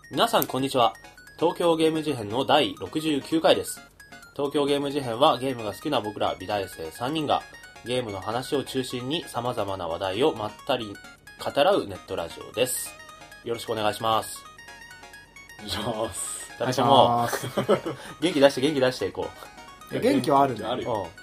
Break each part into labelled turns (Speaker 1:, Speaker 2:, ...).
Speaker 1: 皆さんこんにちは。東京ゲーム事変の第69回です。東京ゲーム事変はゲームが好きな僕ら美大生3人がゲームの話を中心に様々な話題をまったり語らうネットラジオです。よろしくお願いします。
Speaker 2: お願いします。
Speaker 1: 誰とも元気出していこ
Speaker 3: う。元気はあるんだ
Speaker 2: よ。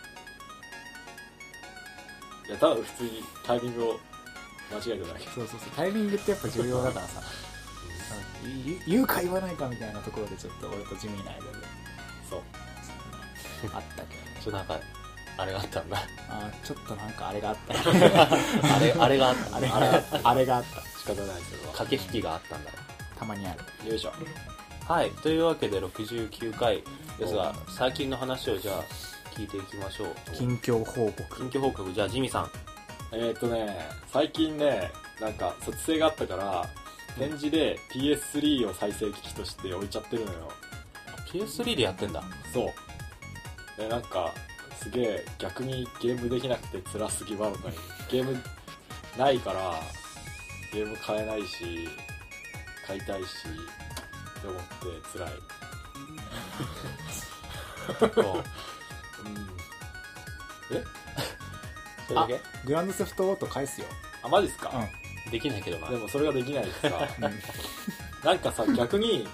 Speaker 2: いや、ただ普通にタイミングを間違えただけ。
Speaker 3: そう、タイミングってやっぱ重要だからさ言うか言わないかみたいなところでちょっと俺とジミーの間で
Speaker 2: そう
Speaker 3: あったけど
Speaker 1: ちょっとなんかあれがあったんだ。
Speaker 3: ちょっとなんかあれがあった
Speaker 1: あれがあった
Speaker 3: あれがあった
Speaker 2: 仕方ないですけど
Speaker 1: 駆け引きがあったんだ。
Speaker 3: たまにある。
Speaker 2: よいしょ。
Speaker 1: はい、というわけで69回ですが、最近の話をじゃあ聞いていきましょう。
Speaker 3: 近況報
Speaker 1: 告。じゃあジミさん。
Speaker 2: 最近ね、なんか卒生があったから展示で PS3 を再生機器として置いちゃってるのよ。
Speaker 1: PS3 でやってんだ。
Speaker 2: そうで、なんかすげえ逆にゲームできなくて辛すぎばのかにゲームないからゲーム買えないし買いたいしって思って辛い
Speaker 1: それだけ？
Speaker 3: グランドセフトオート返すよ。
Speaker 2: マジっすか？
Speaker 1: できないけどな。
Speaker 2: でもそれができないですさなんかさ、逆に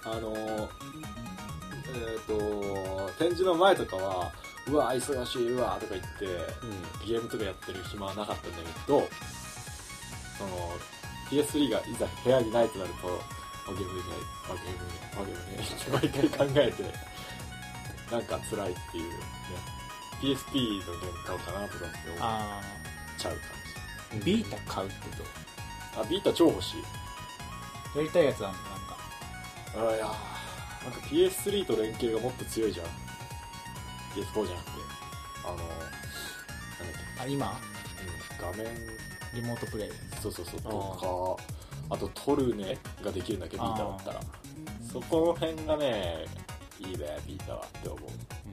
Speaker 2: 展示の前とかはうわ忙しいうわとか言って、ゲームとかやってる暇はなかったんだけど、その PS3 がいざ部屋にないとなるとゲームできないって毎回考えてなんか辛いっていうね。 PSP のゲーム買おうかなとかって思っちゃう感じ。
Speaker 3: ビータ買うってどう？
Speaker 2: ビータ超欲しい。
Speaker 3: やりたいやつあんの？なんか
Speaker 2: いやなんか PS3 と連携がもっと強いじゃん。 PS4 じゃなくてなんだっけ、
Speaker 3: 今、
Speaker 2: 画面
Speaker 3: リモートプレイ。
Speaker 2: そうとか、あとトルネができるんだけどビータだったらそこの辺がねいいね、ビータはって思う。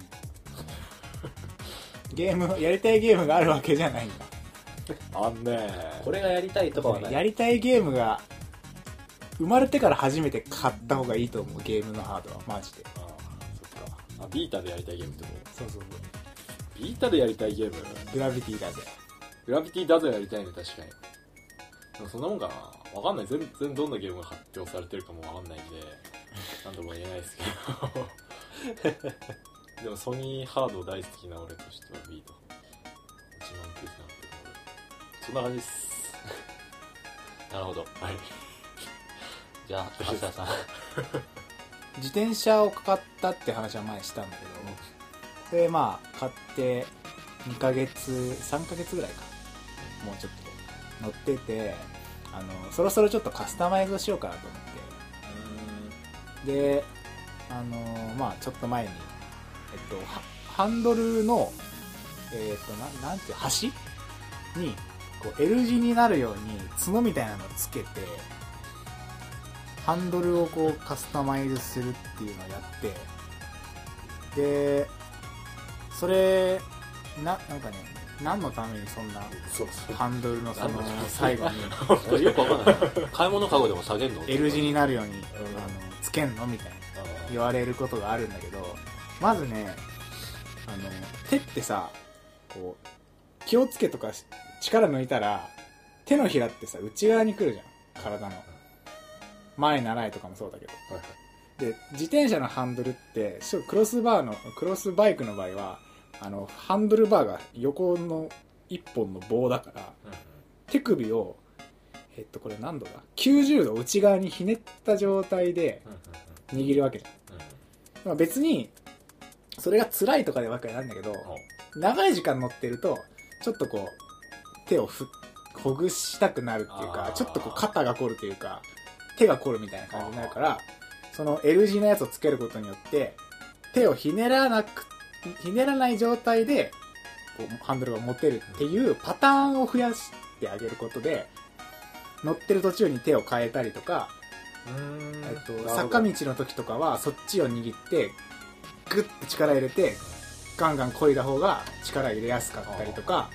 Speaker 3: やりたいゲームがあるわけじゃないんだ。
Speaker 1: これがやりたいとかはない。
Speaker 3: やりたいゲームが生まれてから初めて買った方がいいと思う。ゲームのハードはマジで。
Speaker 2: そっか。ビータでやりたいゲームってこと？
Speaker 3: そう
Speaker 2: ビータでやりたいゲーム、
Speaker 3: グラビティだぜ。
Speaker 2: グラビティだぜやりたいね。確かに。でもそんなもんかな、わかんない。全然どんなゲームが発表されてるかもわかんないんで何とも言えないですけどでもソニーハード大好きな俺としてはビート一番クイズなんてそんな感じです
Speaker 1: なるほど。
Speaker 2: はい
Speaker 1: じゃあ橋田さん
Speaker 3: 自転車を買ったって話は前したんだけど、それ買って2ヶ月3ヶ月ぐらいか、もうちょっと乗ってて、そろそろちょっとカスタマイズをしようかなと思って、でちょっと前にハンドルのなんていう端にこう L 字になるように角みたいなのをつけてハンドルをこうカスタマイズするっていうのをやって、でそれなんかね、何のためにそんなハンドルのその最後に
Speaker 1: よくわかんない買い物カゴでも下げんの
Speaker 3: L 字になるようにつけんのみたいな言われることがあるんだけど、まずね、手ってさ、こう気をつけとか力抜いたら手のひらってさ内側に来るじゃん、体の前習いとかもそうだけど、で自転車のハンドルってクロスバイクの場合はハンドルバーが横の一本の棒だから、手首をこれ何度だ、90度内側にひねった状態で握るわけじゃん。別にそれが辛いとかでわけなんだけど、長い時間乗ってるとちょっとこう手をほぐしたくなるっていうか、ちょっとこう肩が凝るというか手が凝るみたいな感じになるから、その L 字のやつをつけることによって手をひねらない状態でこうハンドルが持てるっていうパターンを増やしてあげることで、乗ってる途中に手を変えたりとか、坂道の時とかはそっちを握ってグッて力入れてガンガン漕いだ方が力入れやすかったりとか、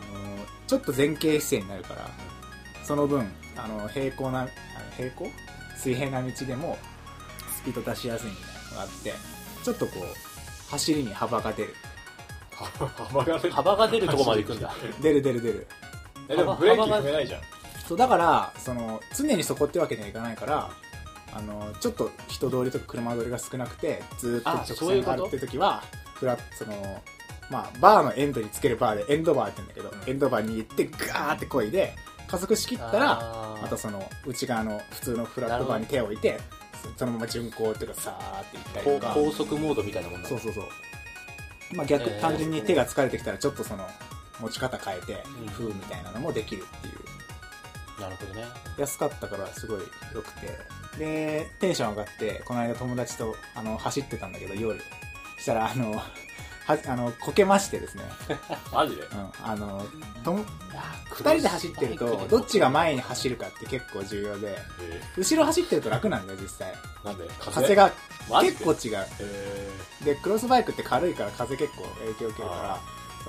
Speaker 3: ちょっと前傾姿勢になるから、その分平行水平な道でもスピード出しやすいみたいなのがあって、ちょっとこう走りに幅が出る。
Speaker 1: 幅が出るとこまで行くんだ。
Speaker 3: 出る。
Speaker 2: でもブレーキ踏めないじゃん。
Speaker 3: そうだから常にそこってわけにはいかないから、ちょっと人通りとか車通りが少なくてずーっと直線があるって時はまあバーのエンドにつけるバーでエンドバーって言うんだけど、エンドバーに行ってガーって漕いで加速しきったらまた内側の普通のフラットバーに手を置いてそのまま巡航っていうかさーっていったりとか、
Speaker 1: 高速モードみたいなもんだ。
Speaker 3: そうまあ単純に手が疲れてきたらちょっと持ち方変えて風みたいなのもできるっていう。
Speaker 1: なるほどね。
Speaker 3: 安かったからすごい良くて、でテンション上がってこの間友達と走ってたんだけど、夜したらこけましてですね。
Speaker 2: マジで？
Speaker 3: うん。2人で走ってるとどっちが前に走るかって結構重要で、後ろ走ってると楽なんだよ実際。
Speaker 2: なんで？
Speaker 3: 風が結構違う。でクロスバイクって軽いから風結構影響受けるから、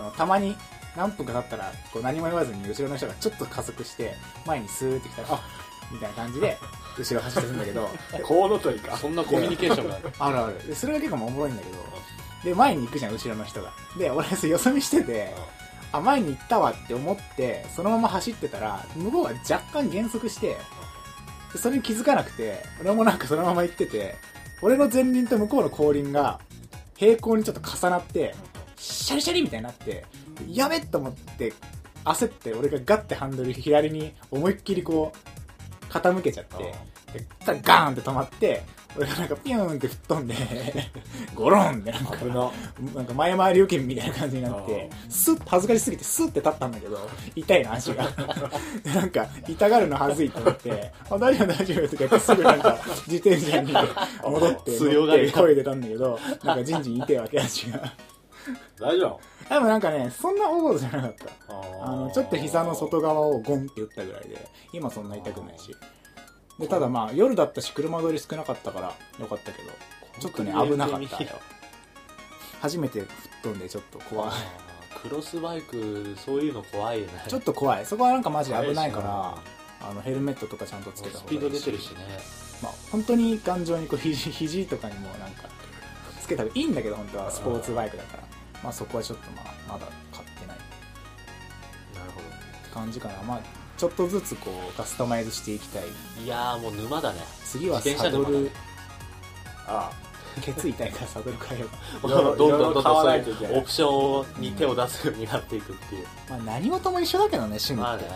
Speaker 3: たまに何分か経ったらこう何も言わずに後ろの人がちょっと加速して前にスーってきたらみたいな感じで後ろ走ってるんだけど
Speaker 2: コウノトリか。
Speaker 1: そんなコミュニケーションがある。
Speaker 3: ある。でそれが結構おもろいんだけど、で前に行くじゃん後ろの人が。で俺よそ見してて、前に行ったわって思ってそのまま走ってたら向こうが若干減速して、でそれに気づかなくて俺もなんかそのまま行ってて、俺の前輪と向こうの後輪が平行にちょっと重なってシャリシャリみたいになって、やべっと思って焦って俺がガッてハンドル左に思いっきりこう傾けちゃって、でガーンって止まって、俺がなんかピューンって吹っ飛んでゴロンってなんか前回り受けみたいな感じになって、スッと恥ずかしすぎてスッて立ったんだけど痛いな足がでなんか痛がるのはずいと思って大丈夫とか言ってすぐなんか自転車に戻って声出たんだけど、なんかじんじん痛いわけ足が
Speaker 2: 大丈夫？
Speaker 3: でもなんかね、そんな大事じゃなかった。ちょっと膝の外側をゴンって打ったぐらいで、今そんな痛くないし。で、ただまあ夜だったし車通り少なかったからよかったけど、ちょっとね危なかったよ。初めて吹っ飛んでちょっと怖い。
Speaker 1: クロスバイクそういうの怖いよね。
Speaker 3: ちょっと怖い。そこはなんかマジ危ないから、ヘルメットとかちゃんとつけた方がいいし。
Speaker 1: スピード出てるしね。
Speaker 3: まあ本当に頑丈にこう肘とかにもなんかつけた方がいいんだけど、本当はスポーツバイクだから。まあそこはちょっとまだ買ってない。
Speaker 1: なるほど。
Speaker 3: って感じかな。まあちょっとずつこうカスタマイズしていきたい。
Speaker 1: いやーもう沼だね。
Speaker 3: 次はサドル。ケツ痛いからサドル変えようか。
Speaker 1: どんどんそういうオプションに手を出すようになっていくっていう。
Speaker 3: まあ何事も一緒だけどね、趣味って。
Speaker 1: まあね。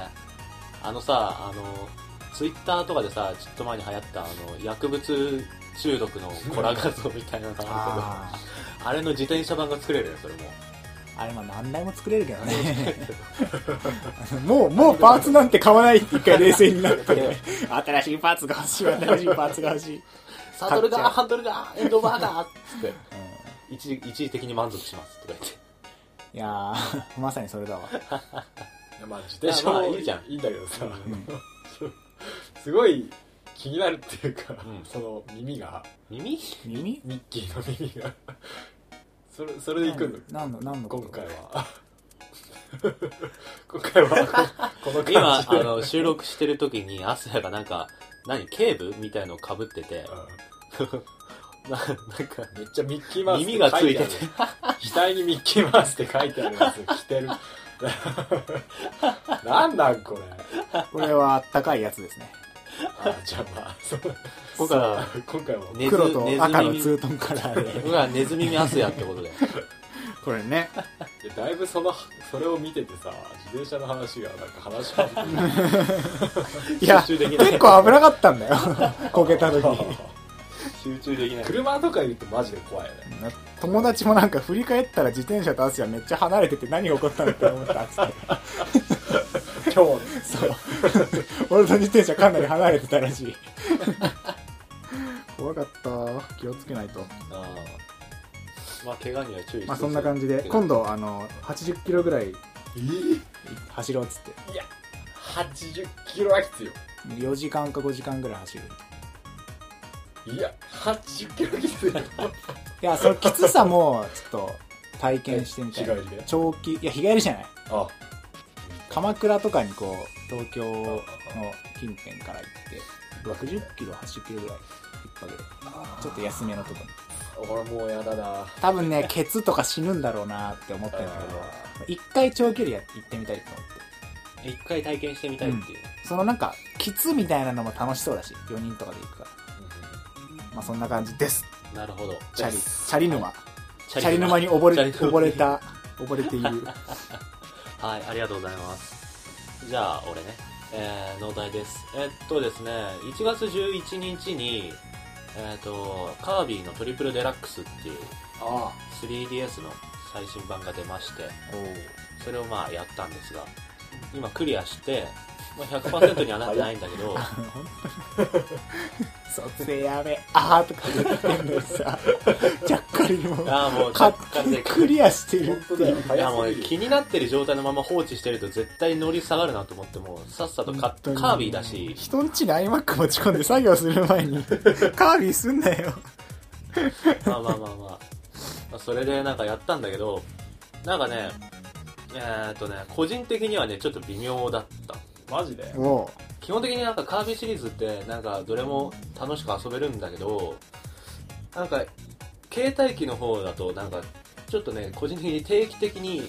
Speaker 1: ツイッターとかでさ、ちょっと前に流行った薬物中毒のコラ画像みたいなのがあるけど、あれの自転車版が作れるよ、それも。
Speaker 3: あれまあ何台も作れるけどねもうパーツなんて買わないって一回冷静になって新しいパーツが欲しい
Speaker 1: サドルがハンドルがエンドバーだっつって、一時的に満足しますとか言って。
Speaker 3: いやーまさにそれだわ
Speaker 2: まあ自転車もいいじゃん、いいんだけどさ、すごい気になるっていうか、その耳がミッキーの耳がそれで行くんだ。何の今回はこの感じで
Speaker 1: 今収録してる時にアスヤがなんかケーブみたいのを被ってて、なんか
Speaker 2: めっちゃミッキーマウス
Speaker 1: 耳がついてて
Speaker 2: 額にミッキーマウスって書いてあるやつ着てるなんなんこ
Speaker 3: れは高いやつですね。
Speaker 2: じゃあまあ
Speaker 1: 今回は
Speaker 3: 黒と赤のツートンカラーで
Speaker 1: 僕はネズミアスヤってことで
Speaker 3: これね
Speaker 2: だいぶそれを見ててさ、自転車の話がなんか話しかけて
Speaker 3: いや結構危なかったんだよこけた時
Speaker 1: 集中できない。
Speaker 2: 車とかいるとマジで怖いよね。
Speaker 3: 友達もなんか振り返ったら自転車とアスヤめっちゃ離れてて何が起こったんだって思ったっつって
Speaker 2: 今日
Speaker 3: そう俺と自転車かなり離れてたらしい怖かった。気をつけないと。
Speaker 1: まあ怪我には注意して。
Speaker 3: まあそんな感じで今度80キロぐらい走ろうっつって。
Speaker 2: いや80キロはきついよ。
Speaker 3: 4時間か5時間ぐらい走る。
Speaker 2: いや80キロきついよ
Speaker 3: いやそのきつさもちょっと体験してみたい。
Speaker 2: 日帰りで
Speaker 3: 長期、いや日帰りじゃない。鎌倉とかにこ東京の近辺から行って60キロ80キロぐらい一泊でちょっと安めのとこに。
Speaker 2: 俺もうやだな。
Speaker 3: 多分ねケツとか死ぬんだろうなって思ってるんだけど、一回長距離行ってみたいと思って。
Speaker 1: 一回体験してみたいっていう、
Speaker 3: そのなんかキツみたいなのも楽しそうだし、4人とかで行くから、まあそんな感じです。
Speaker 1: なるほど。
Speaker 3: チャリ沼、はい、チャリ沼に溺れている
Speaker 1: はい、ありがとうございます。じゃあ俺ね、農大です。ですね、1月11日にカービィのトリプルデラックスっていう 3DS の最新版が出まして、それをまあやったんですが、今クリアして、まあ、100% にはなってないんだけど
Speaker 3: 卒生やめあーとか言ってんのにさちゃっかりも
Speaker 1: もう
Speaker 3: クリアしてるっていう。
Speaker 1: いやもう気になってる状態のまま放置してると絶対乗り下がるなと思って、もうさっさとカービィだし、
Speaker 3: 人んちに iMac 持ち込んで作業する前にカービィすんなよ
Speaker 1: まあそれでなんかやったんだけど、なんかね個人的にはねちょっと微妙だった。
Speaker 2: マジで？
Speaker 1: 基本的になんかカービィシリーズってなんかどれも楽しく遊べるんだけど、なんか携帯機の方だとなんかちょっとね個人的に定期的に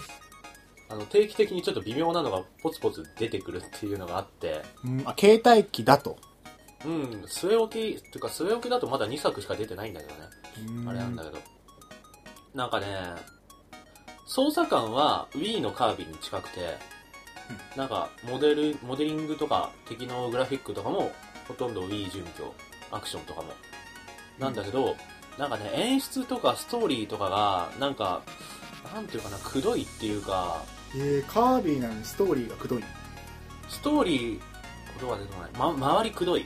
Speaker 1: ちょっと微妙なのがポツポツ出てくるっていうのがあって、
Speaker 3: 携帯機だと
Speaker 1: 据え置きっていうか、据え置きだとまだ2作しか出てないんだけどね、あれなんだけど、なんかね操作感は Wii のカービィに近くて、なんかモデリングとか敵のグラフィックとかもほとんど Wii 準拠、アクションとかもなんだけど、なんかね演出とかストーリーとかがなんかなんていうかな、くどいっていうか、
Speaker 3: カービィなのにストーリーがくどい。
Speaker 1: ストーリーことが出てこない、周りくどい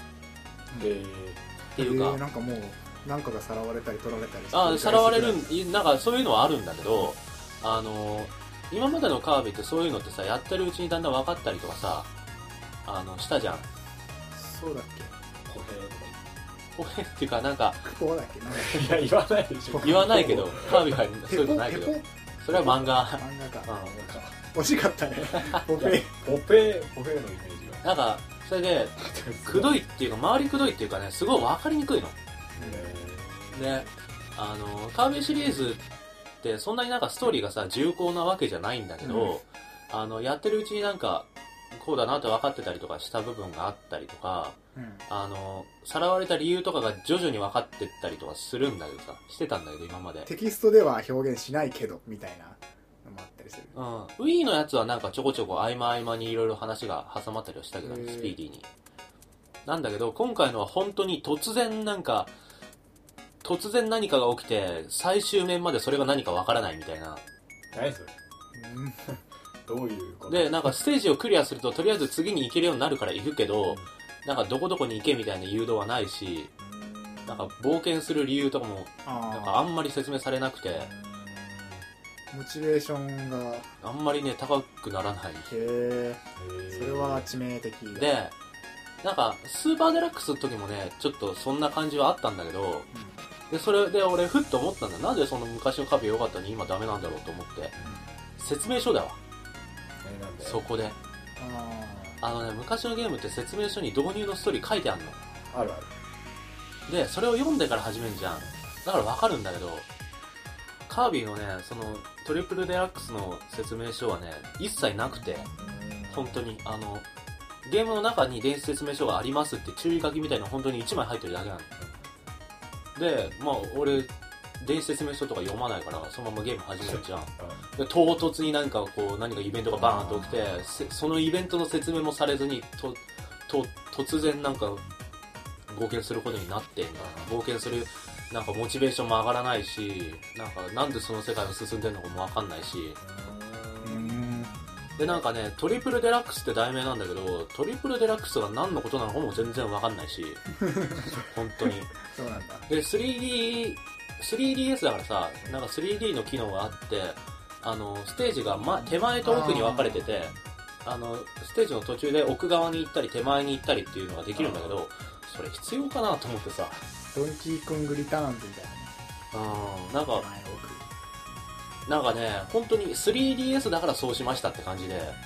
Speaker 1: っていうか、
Speaker 3: なんかもうなんかがさらわれたり取られたりして、
Speaker 1: さらわれる、なんかそういうのはあるんだけど、今までのカービィってそういうのってさ、やってるうちにだんだん分かったりとかさ、したじゃん。
Speaker 3: そうだっけ？
Speaker 1: 歩兵っていうか、なんか
Speaker 3: こうだっけ？
Speaker 2: いや言わないでしょ。
Speaker 1: 言わないけど、カービィはそういうのないけど、それは漫画か。
Speaker 3: 惜しかったね。歩兵のイメ
Speaker 2: ージ
Speaker 1: がなんかそれでくどいっていうか、周りくどいっていうかね、すごい分かりにくいので、カービィシリーズってそんなになんかストーリーがさ重厚なわけじゃないんだけど、やってるうちになんかこうだなと分かってたりとかした部分があったりとか、さらわれた理由とかが徐々に分かってったりとかするんだけどさ、してたんだけど今まで
Speaker 3: テキストでは表現しないけどみたいなのもあったりする。
Speaker 1: Wii のやつはなんかちょこちょこ合間にいろいろ話が挟まったりはしたけど、スピーディーになんだけど、今回のは本当に突然何かが起きて最終面までそれが何かわからないみたいな。
Speaker 2: 何それどういうこと
Speaker 1: で、なんかステージをクリアするととりあえず次に行けるようになるから行くけど、なんかどこどこに行けみたいな誘導はないし、なんか冒険する理由とかもなんかあんまり説明されなくて、
Speaker 3: モチベーションが
Speaker 1: あんまりね高くならない。
Speaker 3: それは致命的
Speaker 1: で、なんかスーパーデラックスの時もねちょっとそんな感じはあったんだけど、でそれで俺ふっと思ったんだ、なんでその昔のカービィ良かったのに今ダメなんだろうと思って、説明書だわ。そこで昔のゲームって説明書に導入のストーリー書いてあるの。
Speaker 2: あるあ
Speaker 1: る。でそれを読んでから始めるじゃん。だから分かるんだけど、カービィのねそのトリプルデラックスの説明書はね一切なくて、本当にゲームの中に電子説明書がありますって注意書きみたいな本当に1枚入ってるだけなの。でまあ俺電子説明書とか読まないからそのままゲーム始めるじゃん。で唐突に何かイベントがバーンと起きて、そのイベントの説明もされずに突然なんか冒険することになってんだ。冒険するなんかモチベーションも上がらないし、なんでその世界が進んでるのかも分かんないし、でなんかねトリプルデラックスって題名なんだけど、トリプルデラックスが何のことなのかも全然分かんないし本当に
Speaker 3: そうなんだ。
Speaker 1: で 3DS だからさ、なんか 3D の機能があって、ステージが、手前と奥に分かれてて、ステージの途中で奥側に行ったり手前に行ったりっていうのができるんだけど、それ必要かなと思ってさ。
Speaker 3: ドンキーコングリターンズみたいなね。
Speaker 1: なんかね本当に 3DS だからそうしましたって感じで、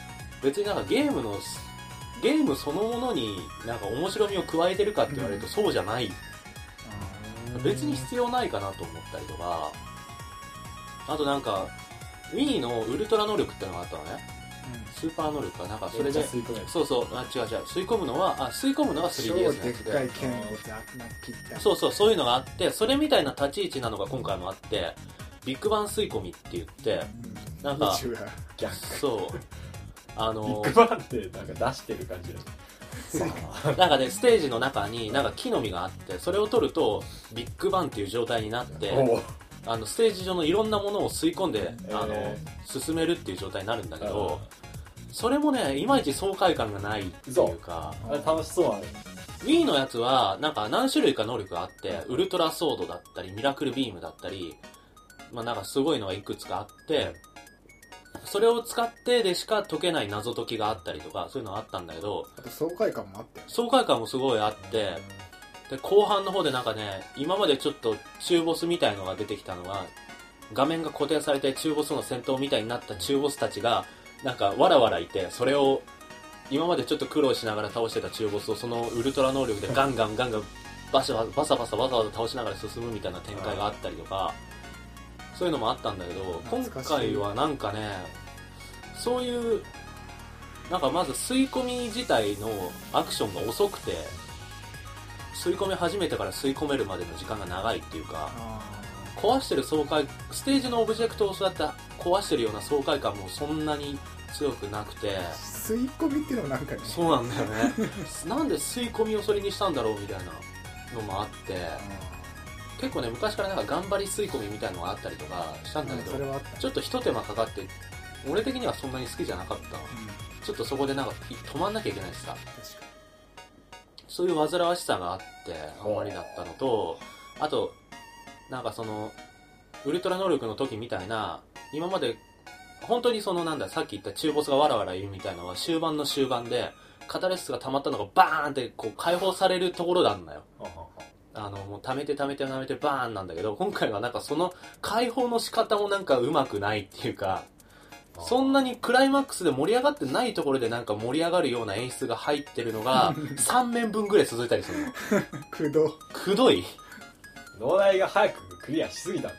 Speaker 1: 別になんかゲームそのものになんか面白みを加えてるかって言われるとそうじゃない、別に必要ないかなと思ったりとか、あとなんか Wii のウルトラ能力ってのがあったのね、スーパー能力かなんかそれで
Speaker 2: 吸い込める。
Speaker 1: そうそう、あ違う吸い込むのは 3DS のやつ
Speaker 3: 超
Speaker 1: で
Speaker 3: でっかい剣を切った
Speaker 1: そういうのがあって、それみたいな立ち位置なのが今回もあって、ビッグバン吸い込みって言って、なんか
Speaker 2: 逆。
Speaker 1: そう
Speaker 2: ビッグバンってなんか出してる感じだし。
Speaker 1: なんかね、ステージの中になんか木の実があって、それを取るとビッグバンっていう状態になって、ステージ上のいろんなものを吸い込んで、進めるっていう状態になるんだけど、それもね、いまいち爽快感がないっていうか、
Speaker 2: あれ楽しそうなの。
Speaker 1: Wii のやつはなんか何種類か能力があって、ウルトラソードだったりミラクルビームだったり、まあなんかすごいのがいくつかあって、それを使ってでしか解けない謎解きがあったりとか、そういうのがあったんだけど、
Speaker 3: あと爽快感もあって
Speaker 1: 爽快感もすごいあって、で後半の方でなんかね、今までちょっと中ボスみたいのが出てきたのが、画面が固定されて中ボスの戦闘みたいになった中ボスたちがなんかわらわらいて、それを今までちょっと苦労しながら倒してた中ボスをそのウルトラ能力でガンガンバサバサ倒しながら進むみたいな展開があったりとか、そういうのもあったんだけど、今回はなんかね、そういうなんかまず吸い込み自体のアクションが遅くて、吸い込み始めてから吸い込めるまでの時間が長いっていうか、壊してる爽快、ステージのオブジェクトをそうやって壊してるような爽快感もそんなに強くなくて、
Speaker 3: 吸い込みっていうのもなんかね、
Speaker 1: そうなんだよねなんで吸い込みをそれにしたんだろうみたいなのもあって、結構ね、昔からなんか頑張り吸い込みみたいなのがあったりとかしたんだけど、ちょっと一手間かかって俺的にはそんなに好きじゃなかった、ちょっとそこでなんか止まんなきゃいけないしさ、そういう煩わしさがあってあんまりだったのと、あとなんかそのウルトラ能力の時みたいな、今まで本当にそのなんだ、さっき言った中ボスがわらわらいるみたいなのは終盤の終盤でカタレシスが溜まったのがバーンってこう解放されるところなんだよ。もう溜めてバーンなんだけど、今回はなんかその解放の仕方もなんかうまくないっていうか、そんなにクライマックスで盛り上がってないところでなんか盛り上がるような演出が入ってるのが3面分ぐらい続いたりするのくどい
Speaker 2: 脳内が早くクリアしすぎたの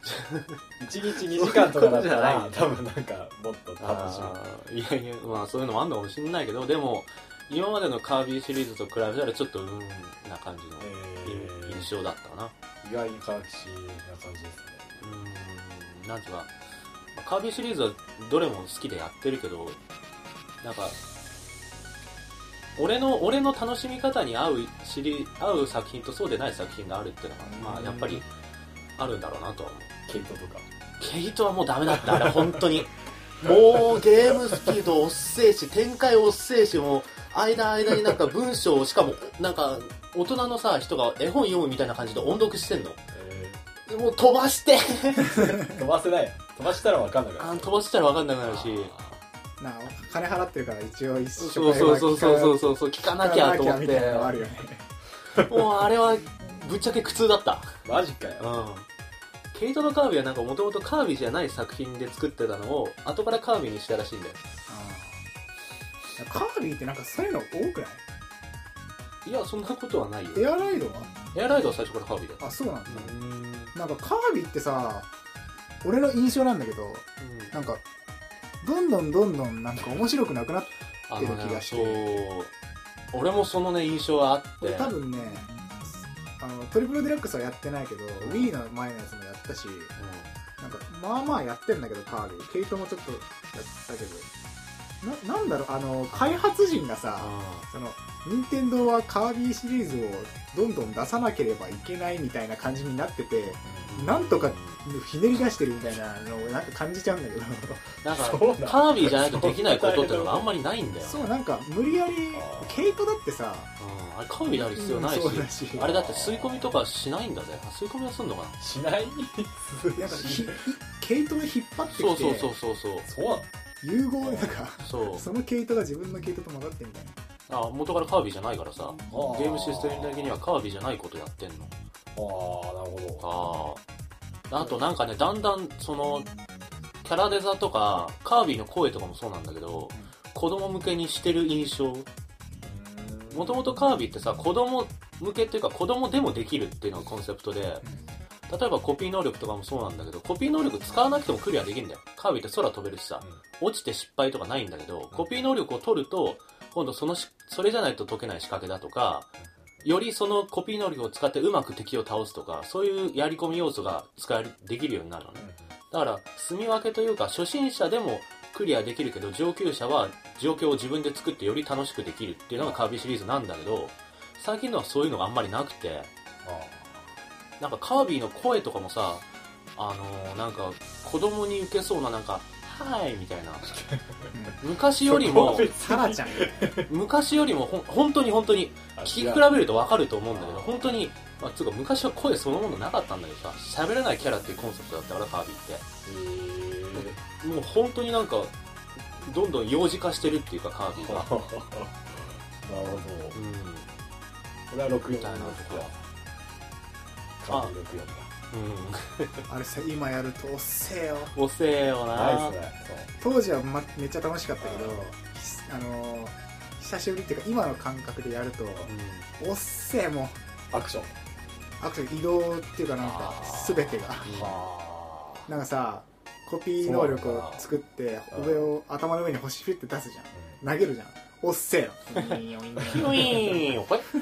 Speaker 2: 1日2時間とかだったら多分なんかもっと楽し
Speaker 1: む。いやまあそういうのもあんのかもしれないけど、でも今までのカービィシリーズと比べたらちょっとな感じの印象だったかな。
Speaker 2: 意外に辛口な感じですね。
Speaker 1: なんていうか、カービィシリーズはどれも好きでやってるけど、なんか俺の楽しみ方に合う作品とそうでない作品があるっていうのが、まあやっぱりあるんだろうなとは思う。
Speaker 2: ケイトとか。
Speaker 1: ケイトはもうダメだった、あれ本当に。もうゲームスピード遅えし、展開遅えし、もう間になんか文章を、しかもなんか大人のさ人が絵本読むみたいな感じで音読してんの。もう飛ばして
Speaker 2: 飛ばせない。飛ばしたら分かんなくなる。
Speaker 1: 飛ばしたら分かんなくなるし。
Speaker 3: 金払ってるから一応一緒
Speaker 1: そう聞かなきゃと思って。もうあれはぶっちゃけ苦痛だった。
Speaker 2: マジかよ。
Speaker 1: ケイトのカービィはなんかもともとカービィじゃない作品で作ってたのを後からカービィにしたらしいんだよ。
Speaker 3: カービィってなんかそういうの多くない？
Speaker 1: いやそんなことはないよ。
Speaker 3: エアライドは
Speaker 1: 最初からカービィだよ。
Speaker 3: あ、そうなんだ。なんかカービィってさ、俺の印象なんだけど、なんかどんどんなんか面白くなくなってる気がして。
Speaker 1: 俺もそのね印象はあって。
Speaker 3: 多分ね、トリプルデラックスはやってないけど、Wii の前のやつもやったし、なんかまあまあやってんだけど、カービィケイトもちょっとやったけど、なんだろう、開発陣がさ、その任天堂はカービィシリーズをどんどん出さなければいけないみたいな感じになってて、なんとかひねり出してるみたいなのをなんか感じちゃうんだけど、
Speaker 1: なんかカービィじゃないとできないことってのがあんまりないんだよ。
Speaker 3: そう、なんか無理やりケイトだってさ、
Speaker 1: あれカービィである必要ないし、あれだって吸い込みとかしないんだぜ。吸い込みはすんのかな。
Speaker 2: しない
Speaker 3: なんかケイトを引っ張ってきて、
Speaker 2: そうなの
Speaker 3: 融合なんかそのケイトが自分のケイトと混ざってみたいな。
Speaker 1: 元からカービィじゃないからさ、ゲームシステム的にはカービィじゃないことやってんの。
Speaker 2: なるほ
Speaker 1: ど。あとなんかね、だんだんそのキャラデザとかカービィの声とかもそうなんだけど、 子供向けにしてる印象。もともとカービィってさ、子供向けっていうか子供でもできるっていうのがコンセプトで、例えばコピー能力とかもそうなんだけど、コピー能力使わなくてもクリアできるんだよ。カービィって空飛べるしさ、落ちて失敗とかないんだけど、コピー能力を取ると、今度それじゃないと解けない仕掛けだとか、よりそのコピー能力を使ってうまく敵を倒すとか、そういうやり込み要素ができるようになるのね。だから、住み分けというか、初心者でもクリアできるけど、上級者は状況を自分で作ってより楽しくできるっていうのがカービィシリーズなんだけど、最近のはそういうのがあんまりなくて、なんかカービィの声とかもさ、なんか子供に受けそうななんか、はいみたいな。昔よりも、
Speaker 3: サラちゃん
Speaker 1: 昔よりも本当に聞き比べると分かると思うんだけど、本当に、つうか昔は声そのものなかったんだけどさ、喋れないキャラっていうコンセプトだったから、カービィって。もう本当になんか、どんどん幼児化してるっていうか、カービィが。
Speaker 2: なるほど。これは64
Speaker 1: みたいなとか。
Speaker 2: カービィ64だ。
Speaker 3: あれさ、今やるとおっせえよ。
Speaker 1: 遅えよな。
Speaker 2: ナイスね。
Speaker 3: 当時は、めっちゃ楽しかったけど、久しぶりっていうか今の感覚でやると、おっせえもう
Speaker 2: アクション。
Speaker 3: アクション移動っていうかなんか全てがなんかさ、コピー能力を作って上を頭の上に星フィッて出すじゃん、投げるじゃん、おっせえよ
Speaker 1: ヒュイーンほい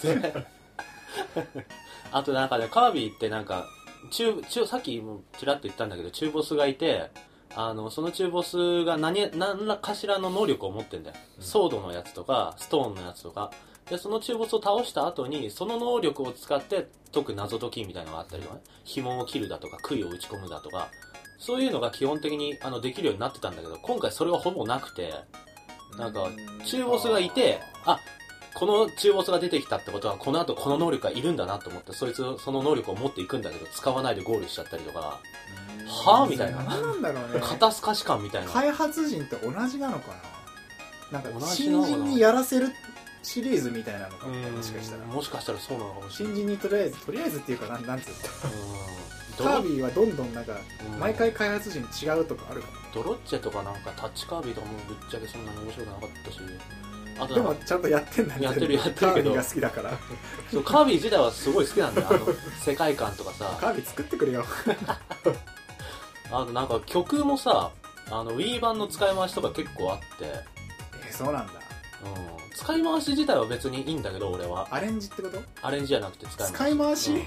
Speaker 1: あとなんかね、カービィってなんかさっきもちらっと言ったんだけど、中ボスがいて、その中ボスが何らかしらの能力を持ってんだよ、ソードのやつとかストーンのやつとかで、その中ボスを倒した後にその能力を使って解く謎解きみたいなのがあったりとかね、紐を切るだとか杭を打ち込むだとか、そういうのが基本的にできるようになってたんだけど、今回それはほぼなくて、なんか中ボスがいて、この中ボスが出てきたってことはこの後この能力がいるんだなと思って、その能力を持っていくんだけど使わないでゴールしちゃったりとか、はぁみたいな、
Speaker 3: なんだろうね、
Speaker 1: 肩透かし感みたいな。
Speaker 3: 開発陣と同じなのかな、なんか
Speaker 1: 同じなのかな、
Speaker 3: 新人にやらせるシリーズみたいなのかも、もしかしたら
Speaker 1: もしかしたらそうなのかもしれない。
Speaker 3: 新人にとりあえずっていうかなんつうの、カービィはどんどんなんか毎回開発陣違うとかあるかも。
Speaker 1: ドロッチェとかなんかタッチカービィとかもぶっちゃけそんなに面白くなかったし、あと
Speaker 3: でもちゃんとやってんだね。
Speaker 1: やってるけど
Speaker 3: カービィが好きだから
Speaker 1: そうカービィ自体はすごい好きなんだよ、世界観とかさ。
Speaker 3: カービィ作ってくれよ
Speaker 1: あとなんか曲もさ、Wii 版の使い回しとか結構あって、
Speaker 3: そうなんだ。
Speaker 1: 使い回し自体は別にいいんだけど、俺は
Speaker 3: アレンジってこと？
Speaker 1: アレンジじゃなくて使い回し。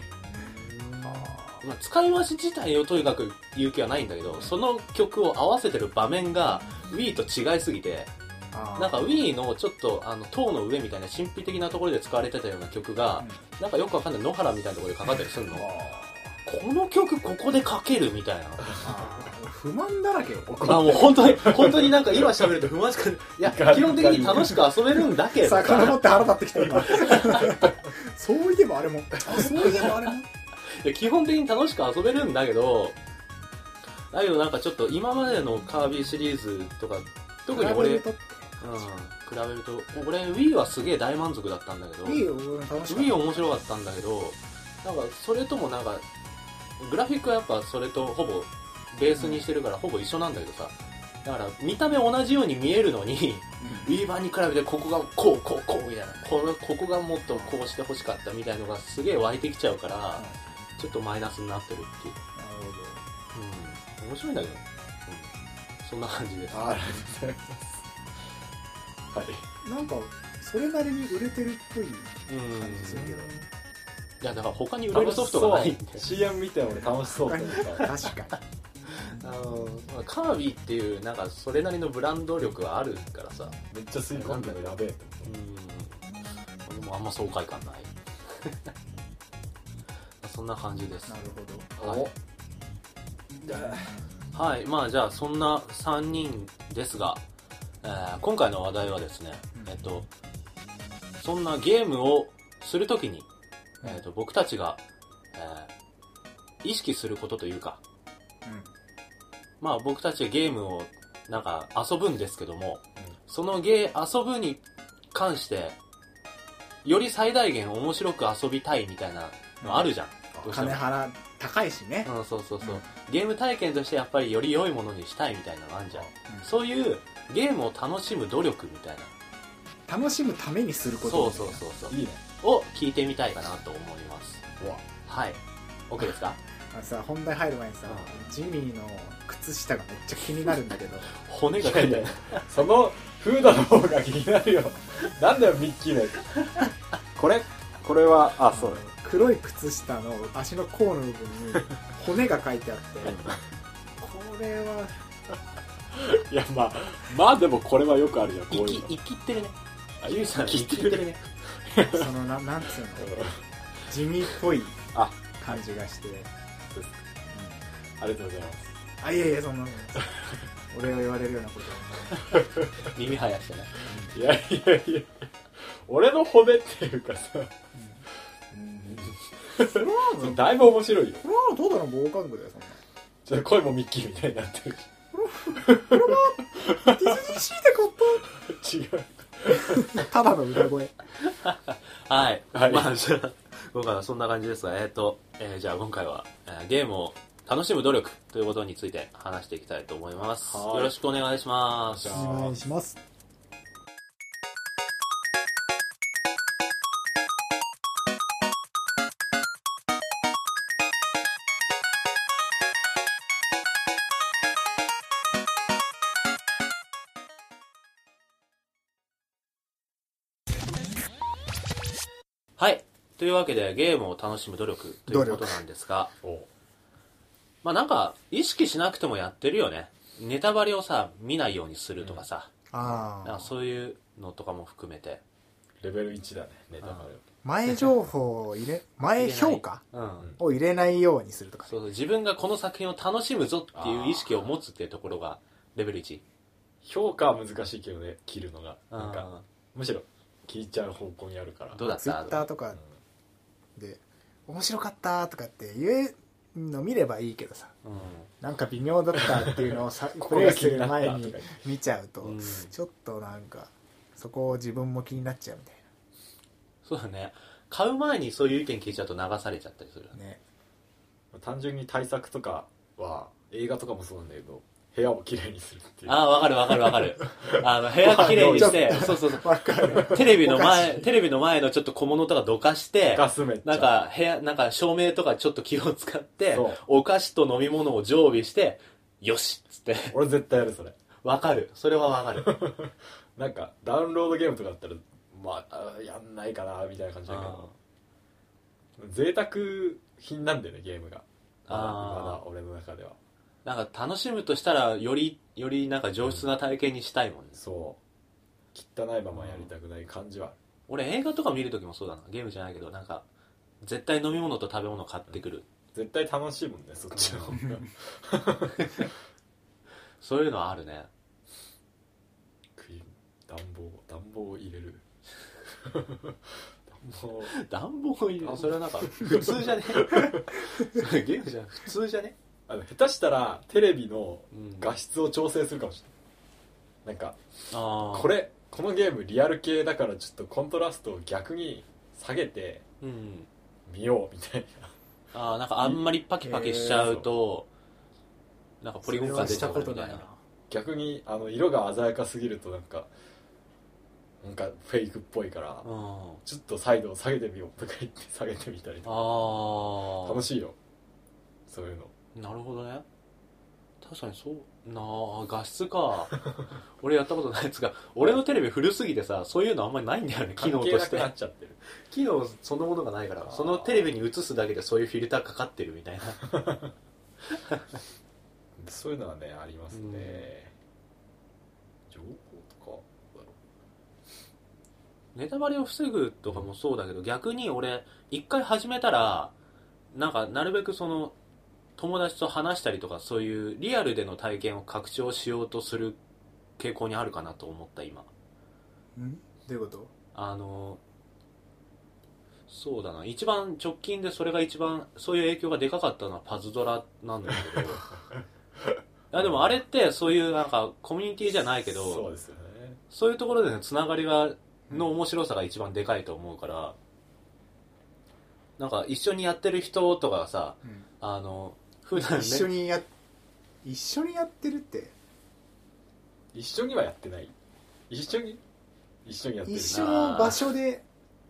Speaker 1: 使い回し自体をとにかく言う気はないんだけど、その曲を合わせてる場面が Wii と違いすぎて、なんか Wii のちょっと塔の上みたいな神秘的なところで使われてたような曲が、なんかよくわかんない野原みたいなところでかかったりするの。この曲ここでかけるみたいな。
Speaker 3: 不満だらけよ。
Speaker 1: もう本当になんか今喋ると不満しか、いや基本的に楽しく遊べるんだけど。
Speaker 3: 遡って腹立ってきた今。そういえばあれも。そういえばあれも。
Speaker 1: いや基本的に楽しく遊べるんだけどなんかちょっと今までのカービィシリーズとか特に俺比べると俺 Wii はすげえ大満足だったんだけど、 Wii 面白かったんだけど、なんかそれともなんかグラフィックはやっぱそれとほぼベースにしてるからほぼ一緒なんだけどさ、だから見た目同じように見えるのに、Wii 版に比べてここがこうみたいな、ここがもっとこうしてほしかったみたいのがすげえ湧いてきちゃうから、ちょっとマイナスになってるっていう。
Speaker 3: なるほ
Speaker 1: 面白いんだけど、そんな感じです。
Speaker 2: ありがとうございます。はい。
Speaker 3: なんかそれなりに売れてるっぽい感じするけど。
Speaker 1: いやだから他に売れるソフトがないんで。
Speaker 2: CM 見て俺楽しそうと思った。
Speaker 3: 確かに。
Speaker 1: カービィっていうなんかそれなりのブランド力はあるからさ。
Speaker 2: めっちゃ吸い込んでるやべえって
Speaker 1: 俺もあんま爽快感ない。そんな感じです。
Speaker 3: なるほど。
Speaker 1: はい、まあじゃあそんな3人ですが、今回の話題はですね、そんなゲームをするときに、僕たちが、意識することというか、まあ僕たちゲームをなんか遊ぶんですけども、その遊ぶに関してより最大限面白く遊びたいみたいなのあるじゃん。
Speaker 3: 金払っ高いしね、
Speaker 1: うん、そうそうそう、ゲーム体験としてやっぱりより良いものにしたいみたいなのがあるじゃん、そういうゲームを楽しむ努力みたいな、
Speaker 3: 楽しむためにすること
Speaker 1: そうそうそうそう
Speaker 2: いいね。
Speaker 1: を聞いてみたいかなと思います。
Speaker 2: うわ、
Speaker 1: はい、 OK ですか？
Speaker 3: さ、本題入る前にさ、ジミーの靴下がめっちゃ気になるんだけど
Speaker 1: 骨が書いてある。
Speaker 2: そのフードの方が気になるよ。なんだよミッキーのやつ。これは、あ、そうだね。
Speaker 3: 黒い靴下の足の甲の部分に骨が書いてあってこれはい
Speaker 2: や、まあでもこれはよくあるじゃん、こういうの。
Speaker 1: 生きってるね。
Speaker 2: あ、
Speaker 1: ゆうさん
Speaker 2: 生きてる
Speaker 1: 生きってるね。
Speaker 3: そのなんつうの地味っぽい
Speaker 2: あ、
Speaker 3: 感じがして、
Speaker 2: そうです。ありがとうございます。
Speaker 3: あ、いやいや、そんな俺が言われるようなことは
Speaker 1: 耳生やしてね。
Speaker 2: いやいや、俺の骨っていうかさ、だいぶ面白いよ。
Speaker 3: これはただの防寒具だよ、そんな。
Speaker 2: ちょっと声もミッキーみたいになってるし。
Speaker 3: これはディズニーシーで買っ
Speaker 2: 違う。
Speaker 3: たただの裏声。
Speaker 1: はい、
Speaker 2: はい、
Speaker 1: まあじゃあ今回はそんな感じですが、じゃあ今回は、ゲームを楽しむ努力ということについて話していきたいと思います。よろしくお願いします。
Speaker 3: お願いします。
Speaker 1: はい。というわけで、ゲームを楽しむ努力ということなんですが、まあなんか、意識しなくてもやってるよね。ネタバレをさ、見ないようにするとかさ、なんかそういうのとかも含めて。
Speaker 2: レベル1だね、ネタバレを。
Speaker 3: 前情報を前評価を入れないようにするとか、ね、
Speaker 1: そうそう、自分がこの作品を楽しむぞっていう意識を持つっていうところが、レベル1。
Speaker 2: 評価は難しいけどね、切るのが。なんか、むしろ、聞いちゃう方向にあるから。
Speaker 1: どうだった？
Speaker 3: ツイッターとかで面白かったとかって言うの見ればいいけどさ、なんか微妙だったっていうのをプレイする前に見ちゃうと、ちょっとなんかそこを自分も気になっちゃうみたいな。
Speaker 1: そうだね、買う前にそういう意見聞いちゃうと流されちゃったりする
Speaker 3: ね。
Speaker 2: 単純に対策とかは映画とかもそうなんだけど、部屋をきれいにするっていう。
Speaker 1: ああ、わかる。部屋きれいにして、そうテレビの前のちょっと小物とかどかして、
Speaker 2: ガスめっちゃ。
Speaker 1: なんかなんか照明とかちょっと気を使って、お菓子と飲み物を常備して、よしっつって。
Speaker 2: 俺絶対やる、それ。
Speaker 1: わかる。それはわかる。
Speaker 2: なんか、ダウンロードゲームとかだったら、まあ、やんないかな、みたいな感じだけど、贅沢品なんだよね、ゲームが。まだ俺の中では。
Speaker 1: なんか楽しむとしたらよりなんか上質な体験にしたいもんね。
Speaker 2: そう汚いままやりたくない感じはある。
Speaker 1: 俺映画とか見るときもそうだな、ゲームじゃないけど、なんか絶対飲み物と食べ物買ってくる、
Speaker 2: 絶対楽しいもんね、そっちの方が
Speaker 1: そういうのはあるね。
Speaker 2: 暖房を入れる
Speaker 1: 暖房を入れる、それはなんか普通じゃねそれゲームじゃん、普通じゃね。
Speaker 2: 下手したらテレビの画質を調整するかもしれない、なんかこのゲームリアル系だからちょっとコントラストを逆に下げて見ようみたい
Speaker 1: な、なんかあんまりパキパキしちゃうと、なんかポリゴン感出ちゃうみたいな。
Speaker 2: 逆に色が鮮やかすぎるとなんかフェイクっぽいから、ちょっとサイドを下げてみようとか言って下げてみたりとか、楽しいよそういうの。
Speaker 1: なるほどね。確かにそうなあ、画質か俺やったことないやつが、俺のテレビ古すぎてさ、そういうのあんまりないんだよね、機能として。
Speaker 2: 関係なくなっちゃってる。
Speaker 1: 機能そのものがないから、そのテレビに映すだけでそういうフィルターかかってるみたいな
Speaker 2: そういうのはね、ありますね、情報とか
Speaker 1: ネタバレを防ぐとかもそうだけど、逆に俺一回始めたらなんかなるべくその友達と話したりとか、そういうリアルでの体験を拡張しようとする傾向にあるかなと思った今。
Speaker 3: どういうこと？
Speaker 1: そうだな、一番直近でそれが一番そういう影響がでかかったのはパズドラなんだけどいやでもあれってそういうなんかコミュニティじゃないけど、
Speaker 2: そうですよね、
Speaker 1: そういうところでのつながりの面白さが一番でかいと思うから、なんか一緒にやってる人とかがさ、 普段ね
Speaker 3: 一緒にやってるって
Speaker 2: 一緒にはやってない。一緒にやってる。
Speaker 3: 一緒の場所で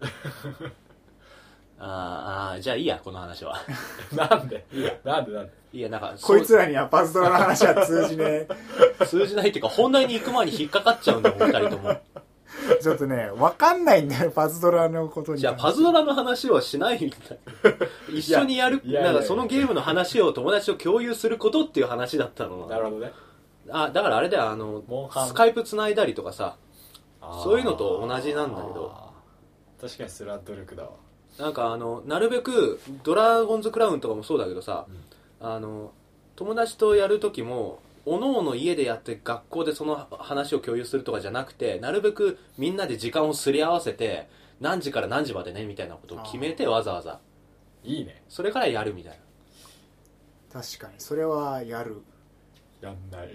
Speaker 1: じゃあいいやこの話は
Speaker 2: なんで
Speaker 1: いやなんか
Speaker 3: こいつらにはパズドラの話は通じね
Speaker 1: 通じないっていうか本題に行く前に引っかかっちゃうんだもん二人とも。
Speaker 3: ちょっとね分かんないんだよパズドラのことに。
Speaker 1: じゃあパズドラの話はしないんだ一緒にやるなんかそのゲームの話を友達と共有することっていう話だったの。
Speaker 2: なるほどね。
Speaker 1: だからあれだよスカイプつないだりとかさそういうのと同じなんだけど。
Speaker 2: 確かにそれは努力だわ。
Speaker 1: なんかなるべくドラゴンズクラウンとかもそうだけどさ、友達とやる時もおのおの家でやって学校でその話を共有するとかじゃなくてなるべくみんなで時間をすり合わせて何時から何時までねみたいなことを決めてわざわざ
Speaker 2: いいね。
Speaker 1: それからやるみたい
Speaker 3: 確かにそれはやる。
Speaker 2: やんない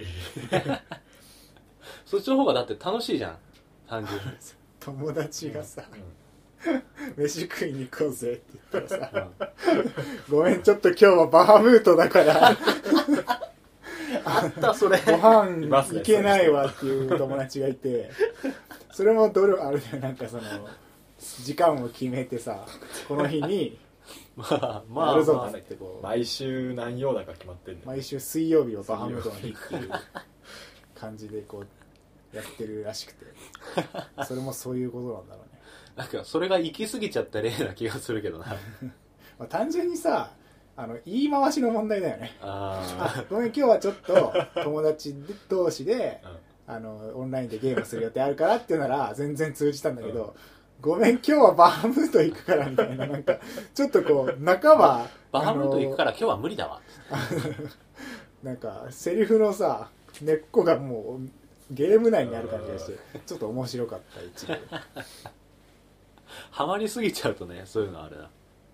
Speaker 1: そっちの方がだって楽しいじゃん単純に
Speaker 3: 友達がさ、飯食いに行こうぜって言ったらさ、ごめんちょっと今日はバハムートだから
Speaker 1: あったそれ
Speaker 3: ご飯行けないわっていう友達がいてそれもあれだよなんかその時間を決めてさこの日にやるぞってこう
Speaker 2: 毎週何曜だか決まってんね。
Speaker 3: 毎週水曜日はバハムートの日っていう感じでこうやってるらしくてそれもそういうことなんだろうね。
Speaker 1: なんかそれが行き過ぎちゃった例な気がするけどな
Speaker 3: まあ単純にさ言い回しの問題だよね。ごめん今日はちょっと友達同士で、オンラインでゲームする予定あるからっていうなら全然通じたんだけど、ごめん今日はバハムート行くからみたいななんかちょっとこう半ば
Speaker 1: バハムート行くから今日は無理だわ
Speaker 3: なんかセリフのさ根っこがもうゲーム内にある感じがしてちょっと面白かった一部
Speaker 1: ハマりすぎちゃうとねそういうのあるな。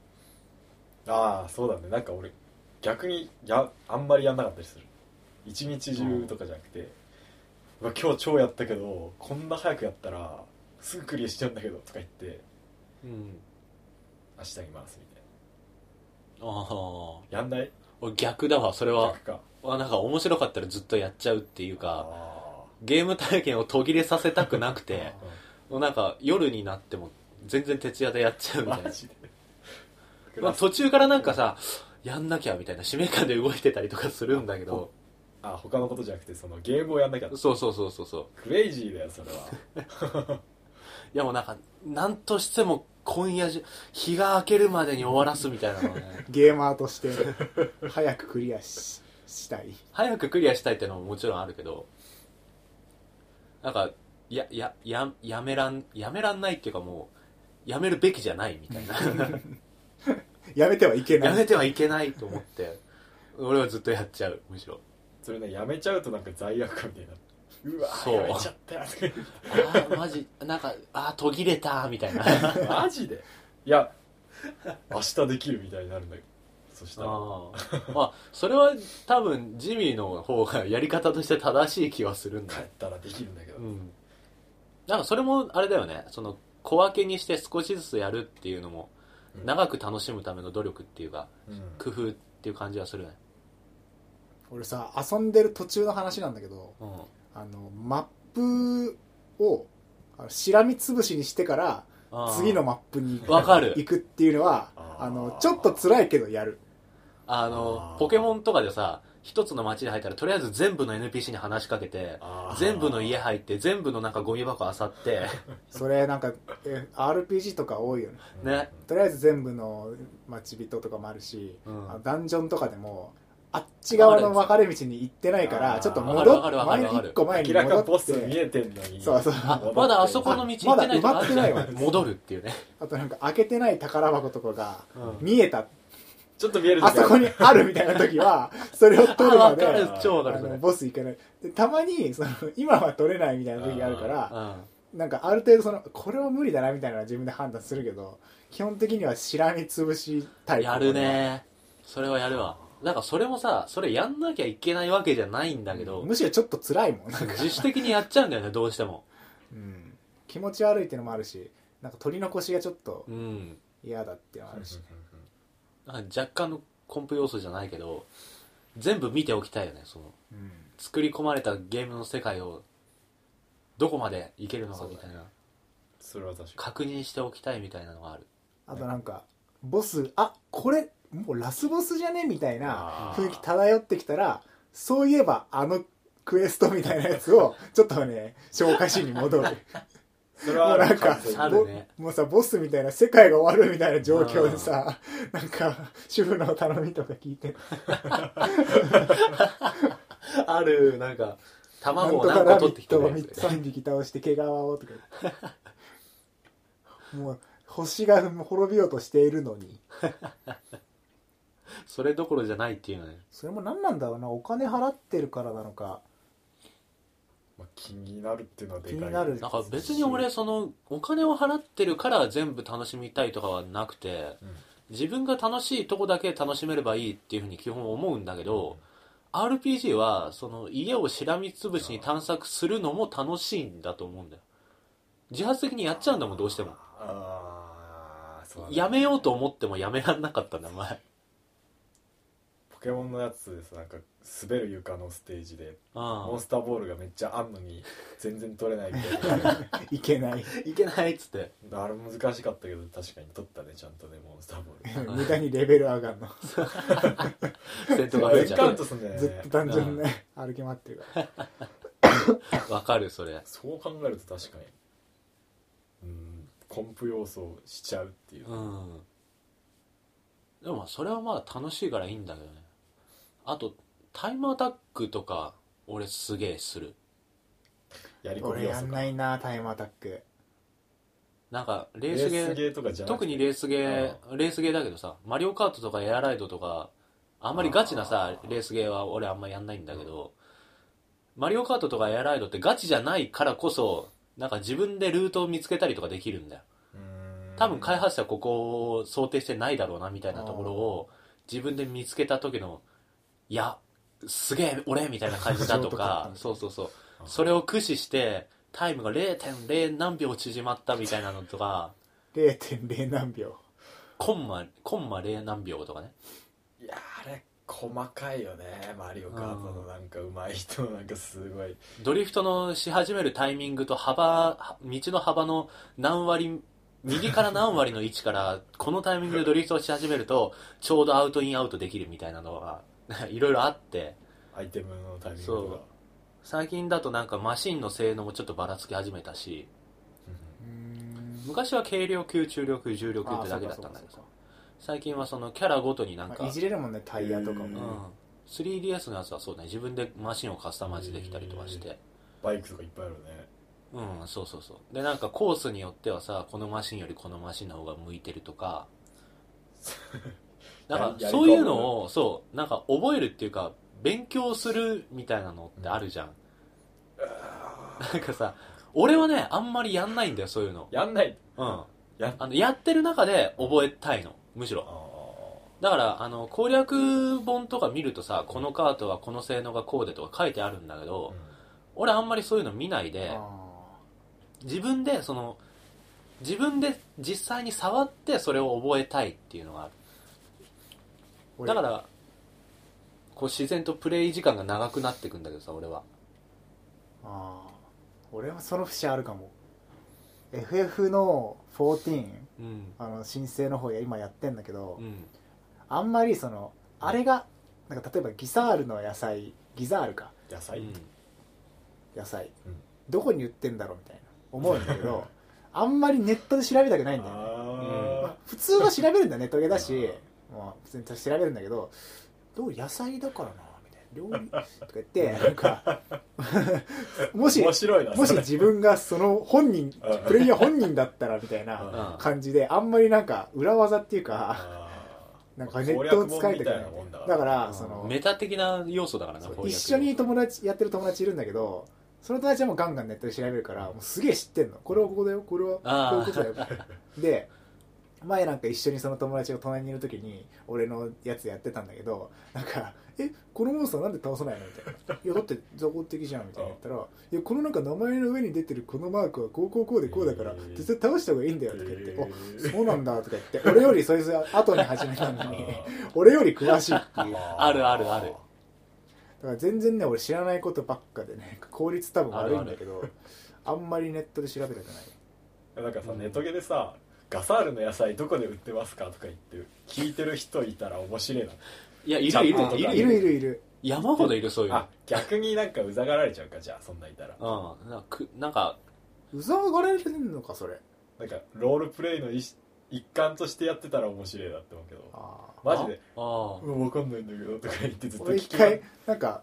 Speaker 2: そうだね。なんか俺逆にあんまりやんなかったりする。一日中とかじゃなくて、今日超やったけどこんな早くやったらすぐクリアしちゃうんだけどとか言って、明日見ますみたいな。やんない？
Speaker 1: 俺逆だわそれは。
Speaker 2: 逆か。
Speaker 1: なんか面白かったらずっとやっちゃうっていうかゲーム体験を途切れさせたくなくてなんか夜になっても全然徹夜でやっちゃうみたいな。
Speaker 2: マジで
Speaker 1: 途中からなんかさやんなきゃみたいな使命感で動いてたりとかするんだけど
Speaker 2: 他のことじゃなくてそのゲームをやんなきゃ。
Speaker 1: そう
Speaker 2: クレイジーだよそれは。
Speaker 1: いやもうなんかなんとしても今夜日が明けるまでに終わらすみたいなのね
Speaker 3: ゲーマーとして早くクリアしたい
Speaker 1: 早くクリアしたいってのももちろんあるけどなんかやめらんないっていうかもうやめるべきじゃないみたいな
Speaker 3: やめてはいけない
Speaker 1: やめてはいけないと思って俺はずっとやっちゃう。むしろ
Speaker 2: それねやめちゃうとなんか罪悪感みたいな。うわ
Speaker 1: そう
Speaker 2: やめちゃったよ
Speaker 1: マジなんか途切れたみたいな
Speaker 2: マジでいや明日できるみたいになるんだけどそしたら
Speaker 1: それは多分ジミーの方がやり方として正しい気はするんだよ。
Speaker 2: 帰ったらできるんだけど、
Speaker 1: なんかそれもあれだよねその小分けにして少しずつやるっていうのも長く楽しむための努力っていうか、工夫っていう感じはするね。
Speaker 3: 俺さ遊んでる途中の話なんだけど、マップをしらみつぶしにしてから次のマップに行くっていうのはちょっと辛いけどやる。
Speaker 1: ポケモンとかでさ一つの街に入ったらとりあえず全部の NPC に話しかけて全部の家入って全部のなんかゴミ箱漁って
Speaker 3: それなんかRPG とか多いよね。とりあえず全部の街人とかもあるし、ダンジョンとかでもあっち側の分かれ道に行ってないからちょっと戻って1個前に戻って
Speaker 2: 明らかボス見えてんのに
Speaker 3: そう
Speaker 1: まだあそこの道行ってないとかあるじゃん。戻るっていうね。
Speaker 3: あとなんか開けてない宝箱とかが見えた、
Speaker 2: ちょっと見える
Speaker 3: あそこにあるみたいな時はそれを取るまでボス行けないでたまに今は取れないみたいな時があるからなんかある程度これは無理だなみたいなのは自分で判断するけど基本的にはしらみつぶしタイプ。
Speaker 1: やるねそれはやるわ。なんかそれもさそれやんなきゃいけないわけじゃないんだけど、
Speaker 3: むしろちょっと辛いもん
Speaker 1: 自主的にやっちゃうんだよねどうしても、
Speaker 3: 気持ち悪いっていうのもあるしなんか取り残しがちょっと嫌だっていうのもあるし、
Speaker 1: なんか若干のコンプ要素じゃないけど全部見ておきたいよね。その作り込まれたゲームの世界をどこまでいけるのかみたいな、
Speaker 2: それは確かに
Speaker 1: 確認しておきたいみたいなのがある。
Speaker 3: あとなんかボス、あ、これもうラスボスじゃねみたいな雰囲気漂ってきたら、そういえばあのクエストみたいなやつをちょっとね消化しに戻る。
Speaker 2: それは
Speaker 3: もうなんか
Speaker 1: あるね。
Speaker 3: もうさ、ボスみたいな世界が終わるみたいな状況でさ、なんか主婦の頼みとか聞いて
Speaker 1: ある。なんか卵を
Speaker 3: なんとか
Speaker 1: 何個取ってきてるやつで
Speaker 3: 3匹倒して毛皮をとか言ってもう星が滅びようとしているのに、
Speaker 1: それどころじゃないっていうのね。
Speaker 3: それも何なんだろうな、お金払ってるからなのか、
Speaker 2: まあ、気になるっていうのはでかい。
Speaker 3: 気になる。
Speaker 1: なんか別に俺そのお金を払ってるから全部楽しみたいとかはなくて、自分が楽しいとこだけ楽しめればいいっていうふうに基本思うんだけど、RPG はその家をしらみつぶしに探索するのも楽しいんだと思うんだよ。自発的にやっちゃうんだもん、どうしても。
Speaker 2: ああ、そうだね。
Speaker 1: やめようと思ってもやめらんなかったんだ前。
Speaker 2: ポケモンのやつです。なんか滑る床のステージでモンスターボールがめっちゃあんのに全然取れないみたいな。
Speaker 3: いけない
Speaker 1: いけないっつって
Speaker 2: あれ難しかったけど確かに取ったね、ちゃんとね、モンスターボール。
Speaker 3: 無駄にレベル上がるの
Speaker 1: 戦闘が
Speaker 2: ベンカウン
Speaker 1: 増えちゃう。
Speaker 2: トすんだよね。
Speaker 3: ずっと単純にね、歩き回ってるから。
Speaker 1: わかるそれ。
Speaker 2: そう考えると確かにコンプ要素しちゃうっていう、
Speaker 1: でもそれはまあ楽しいからいいんだけどね。あとタイムアタックとか俺すげえする。
Speaker 2: やり込み
Speaker 3: 俺やん
Speaker 2: 要素か。
Speaker 3: ないな、タイムアタック。
Speaker 1: なんかレ
Speaker 2: レ
Speaker 1: ースゲー
Speaker 2: ースゲーとかじゃなくて
Speaker 1: 特にレースゲーだけどさ、マリオカートとかエアライドとかあんまりガチなさレースゲーは俺あんまやんないんだけど、マリオカートとかエアライドってガチじゃないからこそなんか自分でルートを見つけたりとかできるんだよ。多分開発者ここを想定してないだろうなみたいなところを自分で見つけた時の、いやすげえ俺みたいな感じだとかそうそうそう、それを駆使してタイムが 0.0 何秒縮まったみたいなのとか
Speaker 3: 0.0 何秒
Speaker 1: コンマ0何秒とかね。
Speaker 2: いやあれ細かいよね、マリオカートのなんか上手い人のなんかすごい
Speaker 1: ドリフトのし始めるタイミングと道の幅の何割、右から何割の位置からこのタイミングでドリフトをし始めるとちょうどアウトインアウトできるみたいなのがいろいろあって、
Speaker 2: アイテムのタイミングが
Speaker 1: そう最近だとなんかマシンの性能もちょっとばらつき始めたし、昔は軽量級中量級重量級ってだけだったんだけどさ、最近はそのキャラごとになんか、
Speaker 3: いじれるもんね、タイヤとかも、
Speaker 1: 3DS のやつはそうね、自分でマシンをカスタマイズできたりとかして、
Speaker 2: バイクとかいっぱいあるね。
Speaker 1: そうそうそう。でなんかコースによってはさ、このマシンよりこのマシンの方が向いてるとかなんかそういうのをそうなんか覚えるっていうか勉強するみたいなのってあるじゃん、なんかさ俺はねあんまりやんないんだよそういうの。
Speaker 2: やんない。
Speaker 1: やってる中で覚えたいの、むしろ。だから攻略本とか見るとさ、このカートはこの性能がこうでとか書いてあるんだけど、俺あんまりそういうの見ないで、自分で実際に触ってそれを覚えたいっていうのがある。だからこう自然とプレイ時間が長くなっていくんだけどさ、俺は。
Speaker 3: 俺はその節あるかも。 FF の14、申請の方今やってんだけど、あんまりそのあれがなんか例えばギザールの野菜、ギザールか
Speaker 2: 野菜、
Speaker 3: どこに売ってんだろうみたいな思うんだけどあんまりネットで調べたくないんだよね。普通は調べるんだよ、ネットゲーだし、普通に調べるんだけど、どう野菜だからなみたいな、料理とか言ってなんかもし自分がその本人、プレイヤー本人だったらみたいな感じで、あんまりなんか裏技っていうかなんかネットを使いたくない。だからその
Speaker 1: メタ的な要素だからな。
Speaker 3: 一緒にやってる友達いるんだけど、その友達はもうガンガンネットで調べるから、もうすげえ知ってんの。これはここだよ、これはこういうことだよで、 前なんか一緒にその友達が隣にいる時に俺のやつやってたんだけど、なんかこのモンスターなんで倒さないのみたいな、いやだって雑魚的じゃんみたいな言ったら、いやこのなんか名前の上に出てるこのマークはこうでこうだから絶対倒した方がいいんだよとか言って、あそうなんだとか言って、俺よりそいつ後に始めたのに俺より詳しいっていう。
Speaker 1: あるあるある。
Speaker 3: だから全然ね俺知らないことばっかでね効率多分悪いんだけど、あんまりネットで調べたくない。
Speaker 2: なんかさ、ネトゲでさガサールの野菜どこで売ってますかとか言って聞いてる人いたら面白いな。
Speaker 1: いやいる
Speaker 3: いる
Speaker 1: 山ほどいる、そういうの。
Speaker 2: あ逆になんかうざがられちゃうか、じゃあそんないたら。
Speaker 1: なんか
Speaker 3: うざがられてんのかそれ。
Speaker 2: なんかロールプレイの一環としてやってたら面白いなって思うけど、マジで分かんないんだけどとか言ってずっと聞き
Speaker 3: 一回なんか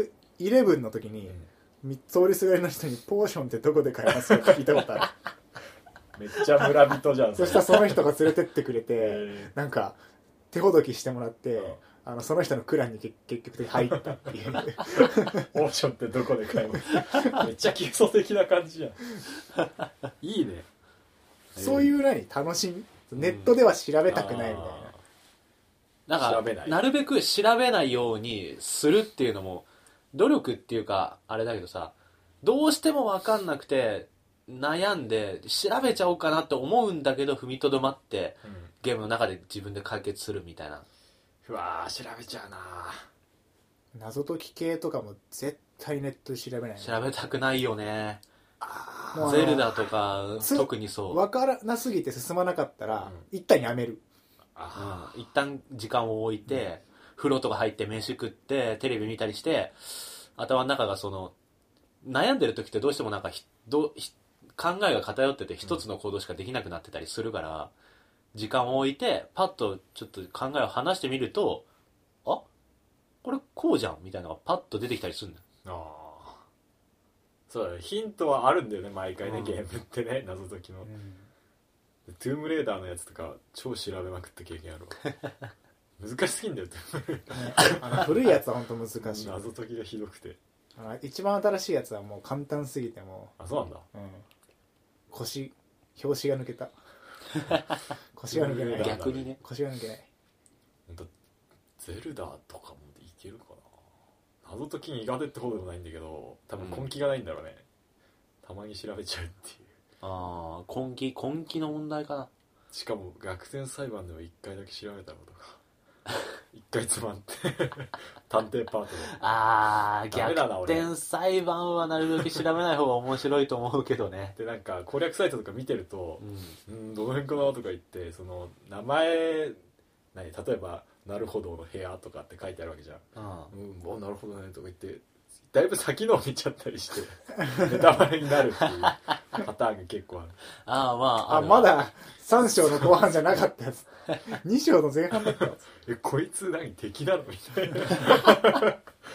Speaker 3: FF11 の時に通りすがりの人にポーションってどこで買えますかって聞いたことある。
Speaker 2: めっちゃ村人じゃん。
Speaker 3: そしたらその人が連れてってくれてなんか手ほどきしてもらって、その人のクランに結局的に入ったっていう。
Speaker 2: ポーションってどこで買えますめっちゃ基礎的な感じじゃん。いいね。
Speaker 3: そういう楽しみ、ネットでは調べたくないみたい
Speaker 1: な。なんかなるべく調べないようにするっていうのも努力っていうかあれだけどさ、どうしても分かんなくて悩んで調べちゃおうかなって思うんだけど踏みとどまって、ゲームの中で自分で解決するみたいな。
Speaker 2: うわー調べちゃうな。
Speaker 3: 謎解き系とかも絶対ネットで調べない、ね、
Speaker 1: 調べたくないよね。ゼルダとか特にそう。
Speaker 3: 分からなすぎて進まなかったら、一旦やめる。
Speaker 1: 一旦時間を置いて、風呂とか入って飯食ってテレビ見たりして、頭の中がその悩んでる時ってどうしてもなんか考えが偏ってて一つの行動しかできなくなってたりするから、時間を置いてパッとちょっと考えを話してみると、あこれこうじゃんみたいなのがパッと出てきたりするんだよ。
Speaker 2: そうだね、ヒントはあるんだよね毎回ね、ゲームってね、謎解きの、トゥームレーダーのやつとか超調べまくった経験あるわ。難しすぎんだよ
Speaker 3: 古いやつは本当難しい。
Speaker 2: 謎解きがひどくて、
Speaker 3: 一番新しいやつはもう簡単すぎてもう、
Speaker 2: そうなんだ、
Speaker 3: 表紙が抜けた。腰が抜けない。
Speaker 1: 逆にね、
Speaker 3: 腰が抜けない。
Speaker 2: ゼルダとかもいけるかな。謎解き苦手ってほどでもないんだけど、多分根気がないんだろうね、たまに調べちゃうっていう。
Speaker 1: 根気の問題かな。
Speaker 2: しかも学生裁判でも1回だけ調べたことが1回つまって探偵パートで
Speaker 1: 逆転裁判はなるべく調べない方が面白いと思うけどね。
Speaker 2: でなんか攻略サイトとか見てると、どの辺かなとか言って、その名前例えばなるほどの部屋とかって書いてあるわけじゃん。なるほどねとか言ってだいぶ先のを見ちゃったりしてネタバレになるっていうパターンが結構ある。
Speaker 3: まだ3章の後半じゃなかったやつ2章の前半だったやつ。
Speaker 2: こいつ敵なのみたいな。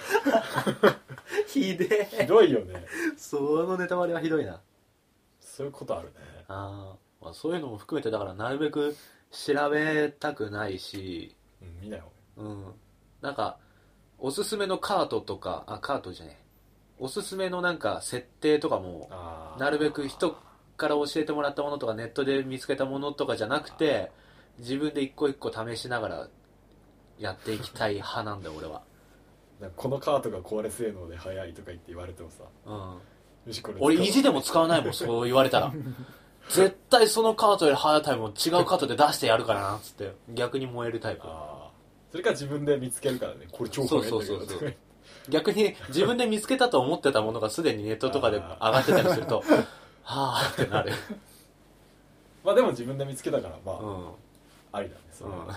Speaker 1: ひ
Speaker 2: どいよね。
Speaker 1: そのネタバレはひどいな。
Speaker 2: そういうことあるね。
Speaker 1: そういうのも含めてだからなるべく調べたくないし、
Speaker 2: 見ない方がいい。
Speaker 1: なんかおすすめのカートとかカートじゃねえ、おすすめのなんか設定とかもなるべく人から教えてもらったものとかネットで見つけたものとかじゃなくて、自分で一個一個試しながらやっていきたい派なんだよ俺は。
Speaker 2: このカートが壊れ性能で速いとか言って言われてもさ、
Speaker 1: よしこれ俺意地でも使わないもんそう言われたら絶対そのカートより速いタイムを違うカートで出してやるからなっつって逆に燃えるタイプ。
Speaker 2: それから自分で見つけるからね、これ超速いんだけど。そう
Speaker 1: 逆に自分で見つけたと思ってたものがすでにネットとかで上がってたりするとはぁってなる。
Speaker 2: まあでも自分で見つけたからありだねそれは、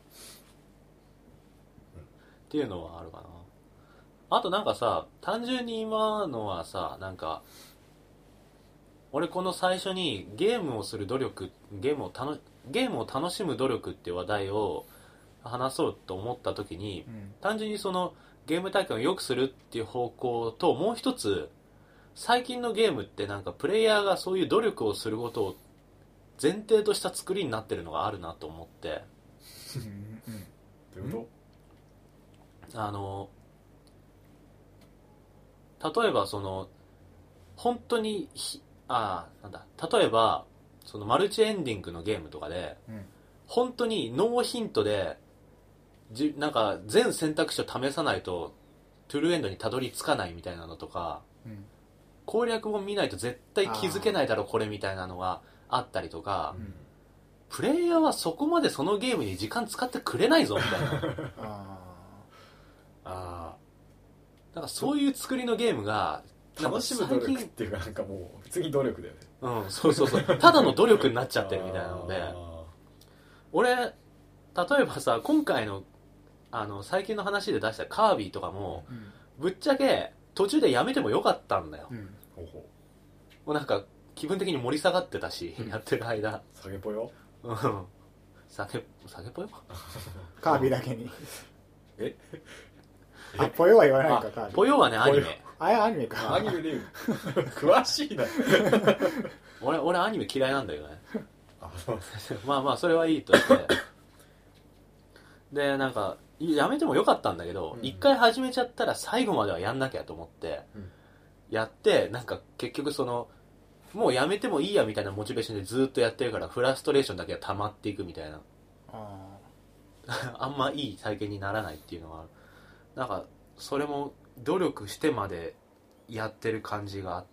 Speaker 1: っていうのはあるかな。あとなんかさ、単純に今のはさ、なんか俺この最初にゲームをする努力、ゲームを楽しむ努力っていう話題を話そうと思った時に、単純にそのゲーム体験を良くするっていう方向と、もう一つ最近のゲームってなんかプレイヤーがそういう努力をすることを前提とした作りになってるのがあるなと思って
Speaker 2: どういうこと？
Speaker 1: 例えばその本当に例えばそのマルチエンディングのゲームとかで、 本当にノーヒントでなんか全選択肢を試さないとトゥルーエンドにたどり着かないみたいなのとか、うん、攻略本見ないと絶対気づけないだろこれみたいなのがあったりとか、うん、プレイヤーはそこまでそのゲームに時間使ってくれないぞみたいななんかそういう作りのゲームが
Speaker 2: 楽しむ努力っていうかなんかもう普通に努力だよね。
Speaker 1: うん、そうそうそう。ただの努力になっちゃってるみたいなので、俺例えばさ今回の最近の話で出したカービィとかも、うん、ぶっちゃけ途中でやめてもよかったんだよ。うん、もうなんか気分的に盛り下がってたし、やってる間。
Speaker 2: 下げぽよ。
Speaker 1: うん。下げぽよ。
Speaker 3: カービィだけに。あ、ぽよは言わないか、カービィ。
Speaker 1: ぽよはね、アニメ。
Speaker 3: アニメか。
Speaker 2: アニメで言う。詳しいな。
Speaker 1: 俺アニメ嫌いなんだよね。まあまあ、それはいいとして。で、なんか、やめてもよかったんだけど、一回始めちゃったら最後まではやんなきゃと思って、やって、なんか結局もうやめてもいいやみたいなモチベーションでずっとやってるから、フラストレーションだけが溜まっていくみたいな。あんまいい体験にならないっていうのはある。なんかそれも努力してまでやってる感じがあって、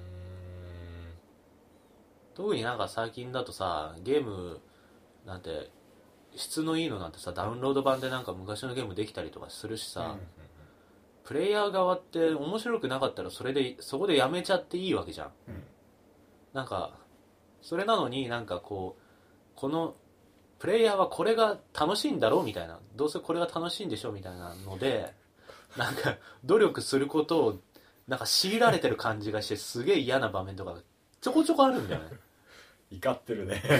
Speaker 1: 特になんか最近だとさゲームなんて質のいいのなんてさダウンロード版でなんか昔のゲームできたりとかするしさ、プレイヤー側って面白くなかったらそこでやめちゃっていいわけじゃん、なんかそれなのになんかこのプレイヤーはこれが楽しいんだろうみたいな、どうせこれが楽しいんでしょみたいなのでなんか努力することをなんか強いられてる感じがしてすげえ嫌な場面とかちょこちょこあるんだよね。
Speaker 2: 怒ってるね。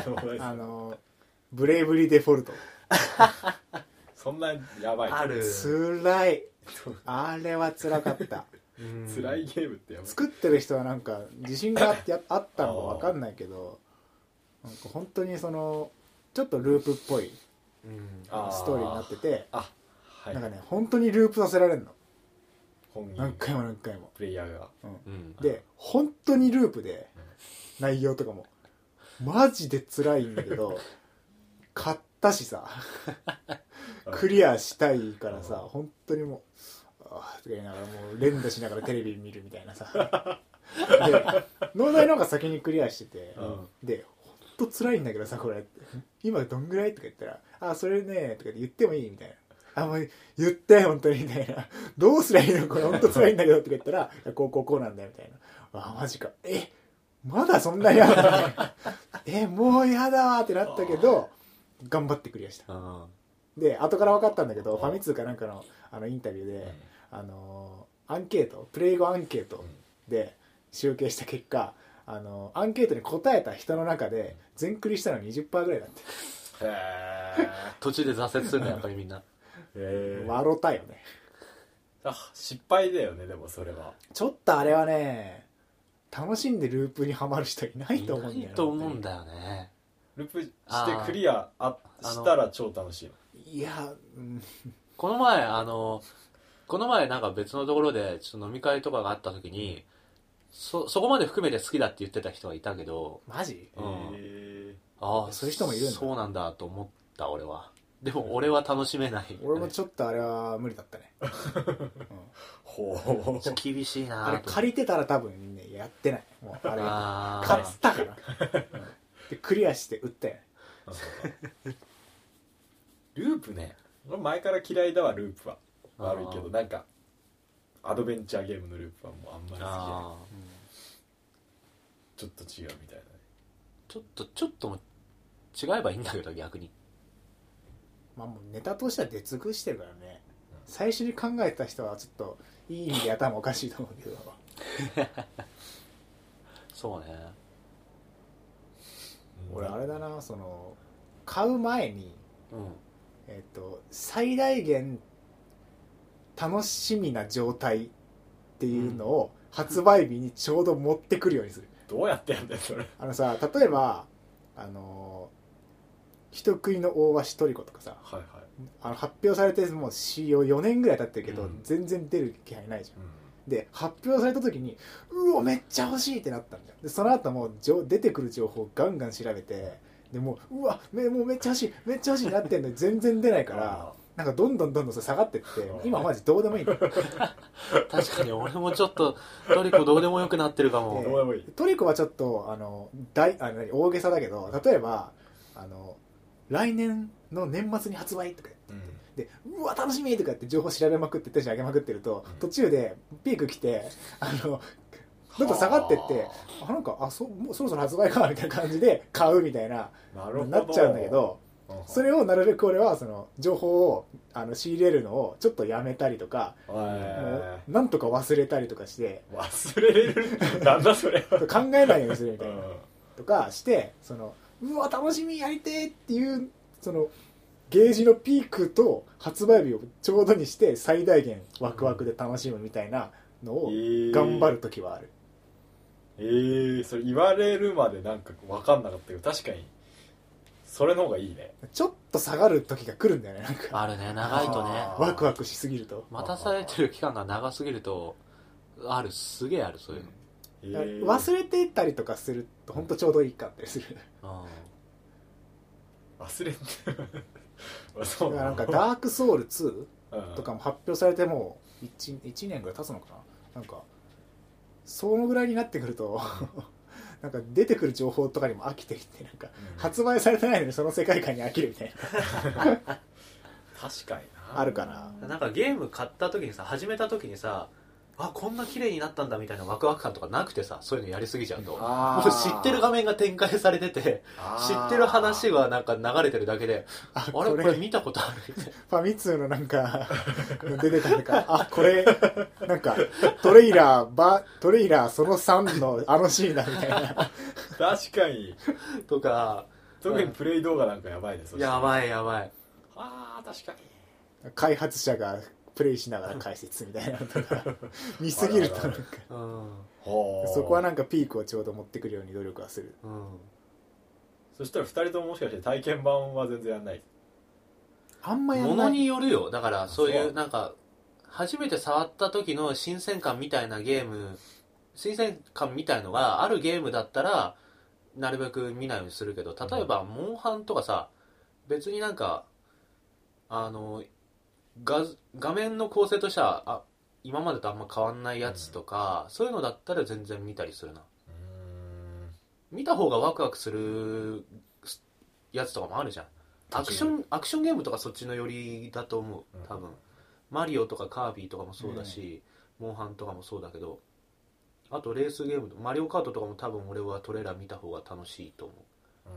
Speaker 3: ブレイブリーデフォルト
Speaker 2: そんなやばい
Speaker 1: ある。
Speaker 3: つらい。あれはつらかった
Speaker 2: 辛いゲームってやばい。
Speaker 3: 作ってる人はなんか自信があったのか分かんないけど、なんか本当にちょっとループっぽいストーリーになってて、はい、なんかね本当にループさせられるの。何回も何回も
Speaker 2: プレイヤーが、
Speaker 3: で本当にループで内容とかもマジで辛いんだけど買ったしさクリアしたいからさ本当にもうとか言いながらもう連打しながらテレビ見るみたいなさで農大の方が先にクリアしてて、で本当辛いんだけどさこれ今どんぐらいとか言ったらそれねとか言ってもいいみたいな、もう言って本当にみたいな、どうすりゃいいのこれ本当辛いんだけどとか言ったらこうなんだよみたいな、マジかまだそんなやだもうやだわってなったけど頑張ってクリアした。で後から分かったんだけどファミ通かなんかのインタビューでアンケートプレイ後アンケートで集計した結果アンケートに答えた人の中で全クリしたの 20% ぐらいだって。
Speaker 1: 途中で挫折するんだやっぱりみんな。
Speaker 3: 笑ったよね。
Speaker 2: 失敗だよね。でもそれは
Speaker 3: ちょっとあれはね楽しんでループにはまる人いないと思うんだよね。
Speaker 1: いないと思うんだよね。
Speaker 2: ループしてクリアしたら超楽しいの。
Speaker 3: いや、
Speaker 1: この前なんか別のところでちょっと飲み会とかがあった時にそこまで含めて好きだって言ってた人がいたけど。
Speaker 3: マジ？
Speaker 1: そういう人もいるんだ。そうなんだと思った俺は。でも俺は楽しめない。
Speaker 3: 俺もちょっとあれは無理だったね。
Speaker 1: ほう。厳しいな。
Speaker 3: あれ借りてたら多分ねやってない。もうあれ買ったから。でクリアして売ったよね。
Speaker 2: ループね。俺前から嫌いだわループは。悪いけどなんかアドベンチャーゲームのループはもうあんまり好きじゃない。ちょっと違うみたいなね。
Speaker 1: ちょっとも違えばいいんだけど逆に。
Speaker 3: まあもうネタとしては出尽くしてるからね、最初に考えた人はちょっといい意味で頭おかしいと思うけど
Speaker 1: そうね。
Speaker 3: 俺あれだな買う前に、最大限楽しみな状態っていうのを発売日にちょうど持ってくるようにする。
Speaker 2: どうやってやんだよそれ。
Speaker 3: 例えば人食いの大鷲トリコとかさ、発表されてもう4年ぐらい経ってるけど、全然出る気配ないじゃん、で発表された時にうおめっちゃ欲しいってなったんだよ。でその後も出てくる情報をガンガン調べてでもうわもうめっちゃ欲しいめっちゃ欲しいになってんのに全然出ないからなんかどんどんそれ下がってって今マジどうでもいいの
Speaker 1: 確かに俺もちょっとトリコどうでもよくなってるかも。
Speaker 2: どうでもいい。
Speaker 3: トリコはちょっと大げさだけど例えば来年の年末に発売とかでうわ楽しみとかって情報調べまくってテンション上げまくってると途中でピーク来てどんどん下がってってなんかもうそろそろ発売かみたいな感じで買うみたいななっちゃうんだけどそれをなるべく俺はその情報を仕入れるのをちょっとやめたりとかもうなんとか忘れたりとかして
Speaker 2: 忘れれるなんだそれ
Speaker 3: 考えないようにするみたいなとかしてうわ楽しみやりてーっていうそのゲージのピークと発売日をちょうどにして最大限ワクワクで楽しむみたいなのを頑張るときはある。
Speaker 2: それ言われるまでなんか分かんなかったけど確かにそれの方がいいね。
Speaker 3: ちょっと下がる時が来るんだよねなんか
Speaker 1: あるね長いとね
Speaker 3: ワクワクしすぎると
Speaker 1: 待たされてる期間が長すぎるとすげえあるそういうの、
Speaker 3: 忘れていったりとかすると本当ちょうどいいかったりする
Speaker 2: 忘れて
Speaker 3: だからなんかダークソウル2とかも発表されてもう 1年ぐらい経つのかななんかそのぐらいになってくるとなんか出てくる情報とかにも飽きてきてなんか発売されてないのにその世界観に飽きるみたいな
Speaker 2: 確かにな
Speaker 3: あるかな。
Speaker 1: なんかゲーム買った時にさ始めた時にさこんな綺麗になったんだみたいなワクワク感とかなくてさそういうのやりすぎちゃうともう知ってる画面が展開されてて知ってる話がなんか流れてるだけでこれ見たことあるみたいな
Speaker 3: ファミ通のなんか出てたんかこれなんかトレイラーその3のシーンだみたいな
Speaker 2: 確かに
Speaker 1: とか
Speaker 2: 特にプレイ動画なんかやばいです。
Speaker 1: やばい
Speaker 2: 確かに
Speaker 3: 開発者がプレイしながら解説みたいなのとか見すぎるとなんかそこはなんかピークをちょうど持ってくるように努力はする、
Speaker 2: そしたら2人とももしかして体験版は全然やんない？
Speaker 3: あんまやんない。
Speaker 1: ものによるよ。だからそういうなんか初めて触った時の新鮮感みたいな新鮮感みたいのがあるゲームだったらなるべく見ないようにするけど、例えばモンハンとかさ別になんか画面の構成としては今までとあんま変わんないやつとか、そういうのだったら全然見たりするな。見た方がワクワクするやつとかもあるじゃん。アクションゲームとかそっちの寄りだと思う多分、マリオとかカービィとかもそうだし、モンハンとかもそうだけど、あとレースゲームマリオカートとかも多分俺はトレーラー見た方が楽しいと思う。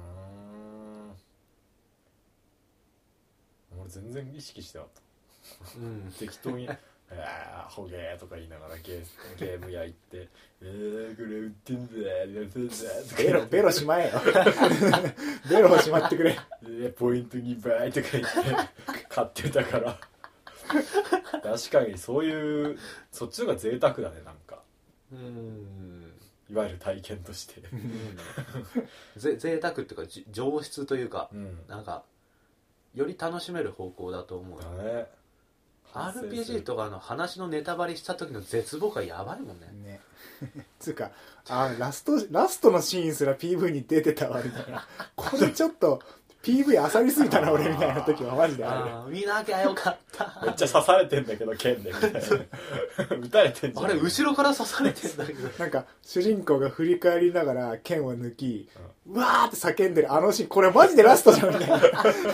Speaker 2: 俺全然意識してなかった。適当にホゲーとか言いながらゲーム屋行ってこれ売ってんだ
Speaker 3: ベロしまえよベロをしまってくれ
Speaker 2: ポイント2倍とか言って買ってたから確かにそういうそっちの方が贅沢だね。なんかいわゆる体験として
Speaker 1: 贅沢っていうか上質というか、なんかより楽しめる方向だと思うよね。RPG とかの話のネタバレした時の絶望感やばいもんね。
Speaker 3: つうかラストのシーンすら PV に出てたわみたいなこれちょっと PV あさりすぎたな俺みたいな時はマジである。
Speaker 1: 見なきゃよかった
Speaker 2: めっちゃ刺されてんだけど剣でみたいな撃たれてんじゃん。
Speaker 1: あれ後ろから刺されてんだけど
Speaker 3: なんか主人公が振り返りながら剣を抜き、うわーって叫んでるあのシーンこれマジでラストじゃんみたいな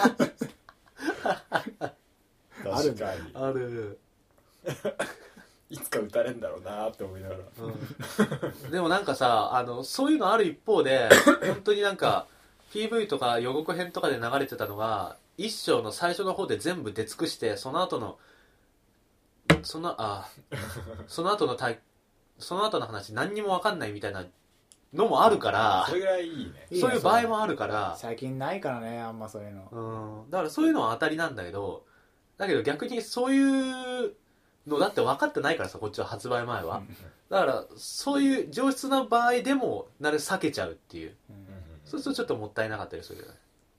Speaker 3: あるんだ。
Speaker 1: ある
Speaker 2: いつか撃たれんだろうなって思いながら、
Speaker 1: でもなんかさそういうのある一方で本当になんか PV とか予告編とかで流れてたのが一章の最初の方で全部出尽くしてその後の話何にも分かんないみたいなのもあるから
Speaker 2: それぐらいいいね。
Speaker 1: そういう場合もあるから
Speaker 3: 最近ないからねあんまそういうの、
Speaker 1: だからそういうのは当たりなんだけど逆にそういうのだって分かってないからさこっちは発売前はだからそういう上質な場合でも避けちゃうっていう、そうするとちょっともったいなかったりするよね。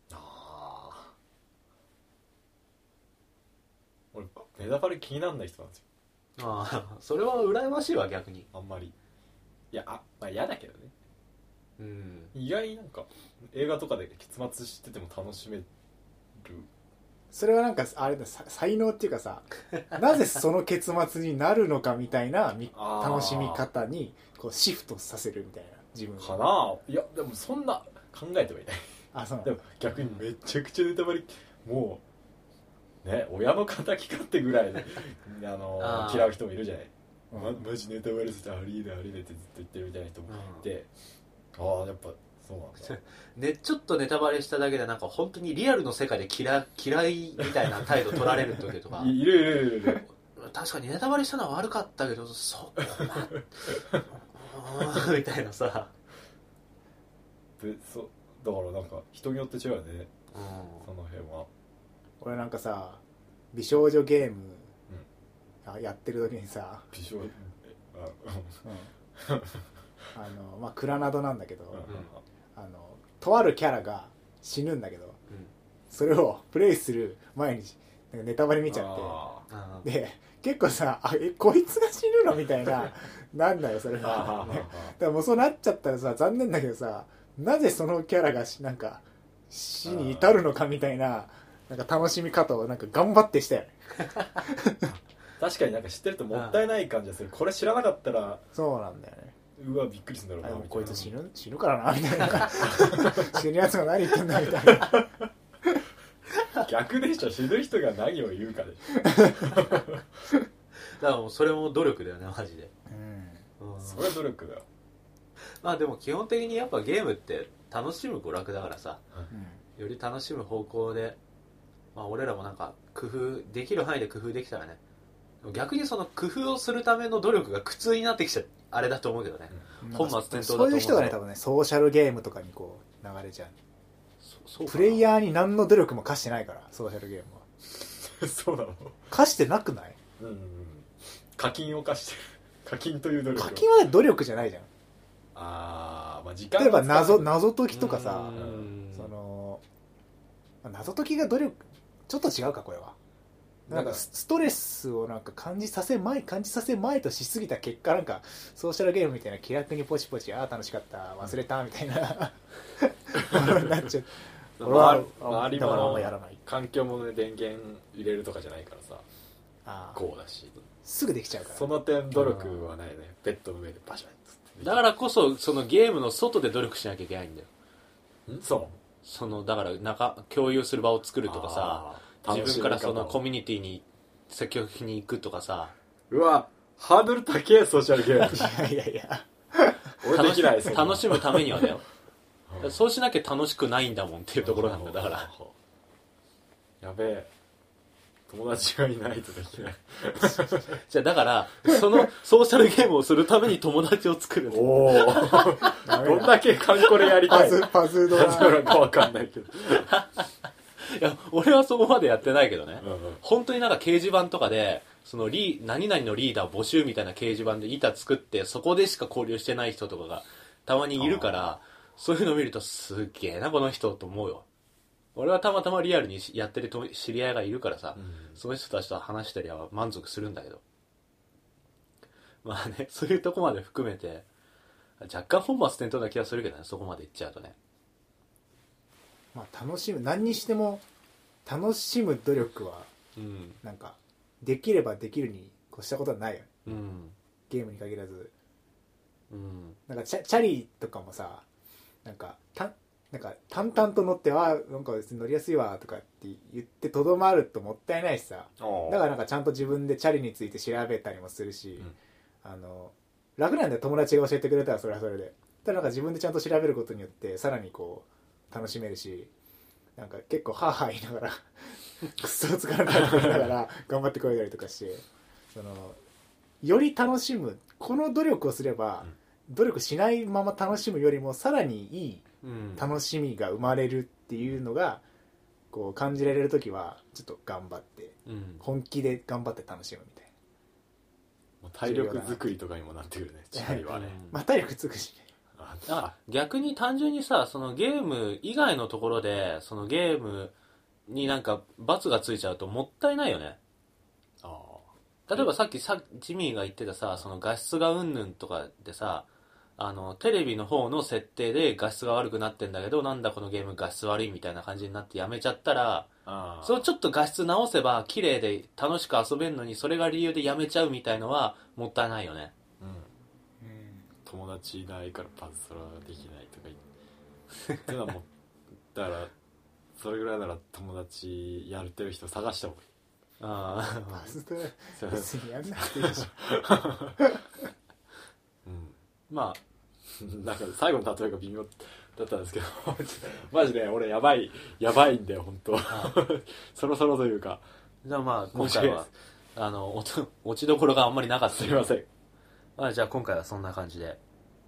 Speaker 2: 俺ネタバレ気にならない人なんですよ。
Speaker 1: それは羨ましいわ逆に。
Speaker 2: あんまりいやまあ嫌だけどね。
Speaker 1: うん、
Speaker 2: 意外になんか映画とかで結末知ってても楽しめる。
Speaker 3: それはなんかあれだ、才能っていうかさなぜその結末になるのかみたいな楽しみ方にこうシフトさせるみたいな自分
Speaker 2: かな。いやでもそんな考えてはいない。
Speaker 3: あ、そうなん
Speaker 2: でも逆にめちゃくちゃネタバレ、もうね、親の敵かってぐらいで嫌う人もいるじゃない。マジネタバレしてありえないありえないってずっと言ってるみたいな人もいて、ああやっぱそうなんだ
Speaker 1: ね、ちょっとネタバレしただけでなんか本当にリアルの世界で嫌いみたいな態度取られる時とか
Speaker 2: いる
Speaker 1: 確かにネタバレしたのは悪かったけどそこまみたいなさ
Speaker 2: でだからなんか人によって違うよね、その辺は。
Speaker 3: 俺なんかさ美少女ゲーム、やってる時にさ
Speaker 2: 美少女
Speaker 3: まあクラナドなんだけど、とあるキャラが死ぬんだけど、それをプレイする前になんかネタバレ見ちゃってで結構さこいつが死ぬのみたいななんだよそれは、ね、だからもうそうなっちゃったらさ残念だけどさ、なぜそのキャラがなんか死に至るのかみたいな、なんか楽しみ方をなんか頑張ってしたよね
Speaker 2: 確かになんか知ってるともったいない感じがする。これ知らなかったら
Speaker 3: そうなんだよね。
Speaker 2: うわびっくりするんだろうなみたいな。
Speaker 3: こいつ死ぬからなみたいな死ぬやつが何言ってんだみたいな
Speaker 2: 逆でしょ、死ぬ人が何を言うかでし
Speaker 1: だからもうそれも努力だよねマジで、
Speaker 2: それは努力だよ。
Speaker 1: まあでも基本的にやっぱゲームって楽しむ娯楽だからさ、より楽しむ方向で、まあ俺らもなんか工夫できる範囲で工夫できたらね、逆にその工夫をするための努力が苦痛になってきちゃあれだと思うけどね、本末転倒だと思う。
Speaker 3: そういう人がね多分ねソーシャルゲームとかにこう流れちゃう。プレイヤーに何の努力も課してないからソーシャルゲームは
Speaker 2: そうなの。
Speaker 3: 課してなくない？
Speaker 2: 課金を課してる。課金という努力。
Speaker 3: 課金は努力じゃないじゃん。
Speaker 2: まあ時間
Speaker 3: 例えば謎解きとかさ、謎解きが努力ちょっと違うかこれは。なんかストレスをなんか感じさせまいとしすぎた結果、なんかソーシャルゲームみたいな気楽にポチポチ楽しかった忘れたみたいななっちゃう。俺は
Speaker 2: 周り
Speaker 3: だからあんま
Speaker 2: も
Speaker 3: やらない。
Speaker 2: 環境もね電源入れるとかじゃないからさ、こうだし
Speaker 3: すぐできちゃうから。
Speaker 2: その点努力はないね。ベッドの上でバシャンって
Speaker 1: だからこそそのゲームの外で努力しなきゃいけないんだよ。だから共有する場を作るとかさ、自分からそのコミュニティに積極的に行くとかさ。
Speaker 2: うわハードル高えソーシャルゲーム
Speaker 3: いや
Speaker 2: 俺できない。
Speaker 1: 楽しむためにはだよそうしなきゃ楽しくないんだもんっていうところなんだ。だから
Speaker 2: やべえ友達がいないとできない
Speaker 1: じゃあだからそのソーシャルゲームをするために友達を作る。
Speaker 2: おおどんだけカンコレやりたい
Speaker 3: パズドラ
Speaker 2: かわかんないけど
Speaker 1: いや俺はそこまでやってないけどね、本当になんか掲示板とかでその何々のリーダー募集みたいな掲示板で板作ってそこでしか交流してない人とかがたまにいるから、そういうのを見るとすっげえなこの人と思うよ。俺はたまたまリアルにやってる知り合いがいるからさ、その人たちと話したりは満足するんだけど、まあねそういうとこまで含めて若干本末転倒な気がするけどね、そこまでいっちゃうとね。
Speaker 3: まあ楽しむ、何にしても楽しむ努力はなんかできればできるに越したことはないよね、ゲームに限らず、なんかチャリとかもさ、なんか淡々と乗ってなんか乗りやすいわとかって言ってとどまるともったいないしさ、だからなんかちゃんと自分でチャリについて調べたりもするし、楽なんだよ友達が教えてくれたらそれはそれで。ただなんか自分でちゃんと調べることによってさらにこう楽しめるし、なんか結構ハーハー言いながらクソ疲れたと言いながら頑張ってこいだりとかして、より楽しむ、この努力をすれば、努力しないまま楽しむよりもさらにいい楽しみが生まれるっていうのがこう感じられるときはちょっと頑張って、本気で頑張って楽しむみたいな。
Speaker 2: 体力作りとかにもなってくるね、チャリはね。
Speaker 3: まあ体力つくしね。
Speaker 1: 逆に単純にさ、そのゲーム以外のところでそのゲームになんか罰がついちゃうともったいないよね。例えばさっきジミーが言ってたさ、その画質がうんぬんとかでさ、 テレビの方の設定で画質が悪くなってんだけど、なんだこのゲーム画質悪いみたいな感じになってやめちゃったら、そうちょっと画質直せば綺麗で楽しく遊べるのに、それが理由でやめちゃうみたいのはもったいないよね。
Speaker 2: 友達いないからパズドラできないとか言ってのはもうだからそれぐらいなら友達やってる人探した方がいい。
Speaker 3: パズドラ別にやんなくていいでしょ。
Speaker 2: まあなんか最後の例えが微妙だったんですけどマジで俺やばいんだよ本当そろそろというか。
Speaker 1: じゃあまあ今回は落ちどころがあんまりなかった。
Speaker 2: すいません。
Speaker 1: じゃあ今回はそんな感じで。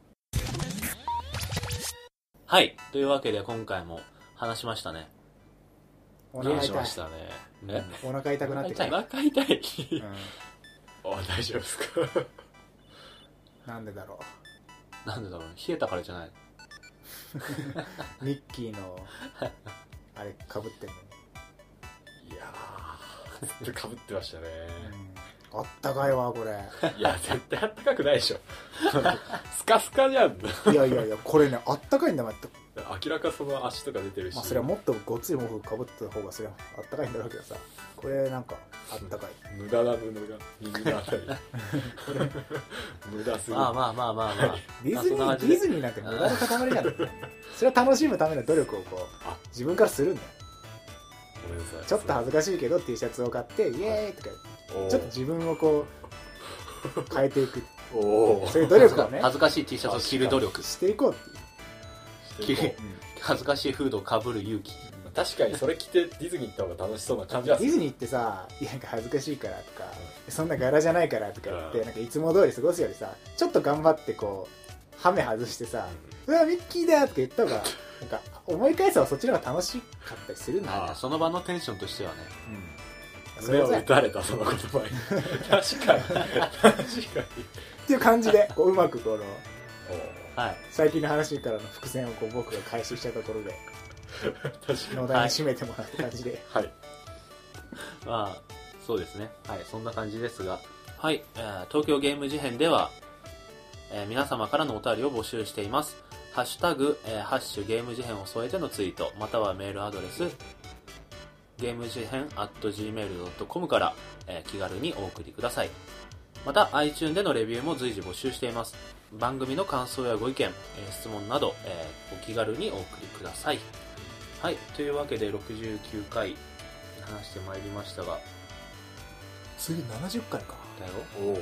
Speaker 1: はい、というわけで今回も話しましたね。
Speaker 3: お腹痛い。
Speaker 2: しましたね。
Speaker 3: お腹痛くなってきた。
Speaker 2: お腹痛い。大丈夫ですか。
Speaker 3: なんでだろ
Speaker 1: う。冷えたからじゃない。
Speaker 3: ミッキーのあれ被ってんのに。
Speaker 2: いやーずっと被ってましたね。
Speaker 3: あったかいわこれ。
Speaker 2: いや絶対あったかくないでしょ。スカスカじゃん。
Speaker 3: いやこれねあったかいんだもん。
Speaker 2: 明らかその足とか出てるし、
Speaker 3: まあそれはもっとごっつい毛布かぶった方がそれはあったかいんだろうけどさ、これなんかあったかい。
Speaker 2: 無駄な布が耳のあたり無駄すぎる。
Speaker 1: まあ
Speaker 3: ディズニーなんて無駄の塊じゃん。それは楽しむための努力をこう自分からするんだよ。
Speaker 2: ごめんなさい。
Speaker 3: ちょっと恥ずかしいけど T シャツを買ってイエーイとかちょっと自分をこう変えていく。そういう努力をね、
Speaker 1: 恥ずかしい T シャツを着る努力
Speaker 3: していこうっていう。
Speaker 1: 恥ずかしいフードをかぶる勇気。
Speaker 2: 確かにそれ着てディズニー行った方が楽しそうな感じはする。
Speaker 3: ディズニーってさ、なんか恥ずかしいからとか、そんな柄じゃないからとか言って、なんかいつも通り過ごすよりさ、ちょっと頑張ってこうハメ外してさ、うわミッキーだとか言った方がなんか思い返せばそっちの方が楽しかったりするんだよね。
Speaker 1: その場のテンションとしてはね。
Speaker 2: それを打たれたその言葉に。確かに
Speaker 3: っていう感じでこううまくこの。
Speaker 1: はい、
Speaker 3: 最近の話からの伏線をこう僕が回収したところで野田に締めてもらった感じで、
Speaker 2: はい、
Speaker 1: まあそうですね、はい、そんな感じですが、はい、東京ゲーム事変では、皆様からのお便りを募集しています。ハッシュタグ、ハッシュゲーム事変を添えてのツイート、またはメールアドレスゲーム事変 @gmail.com から、気軽にお送りください。また iTunes でのレビューも随時募集しています。番組の感想やご意見、質問など、お気軽にお送りください。はい、というわけで69回話してまいりましたが、
Speaker 3: 次70回か
Speaker 1: だよ。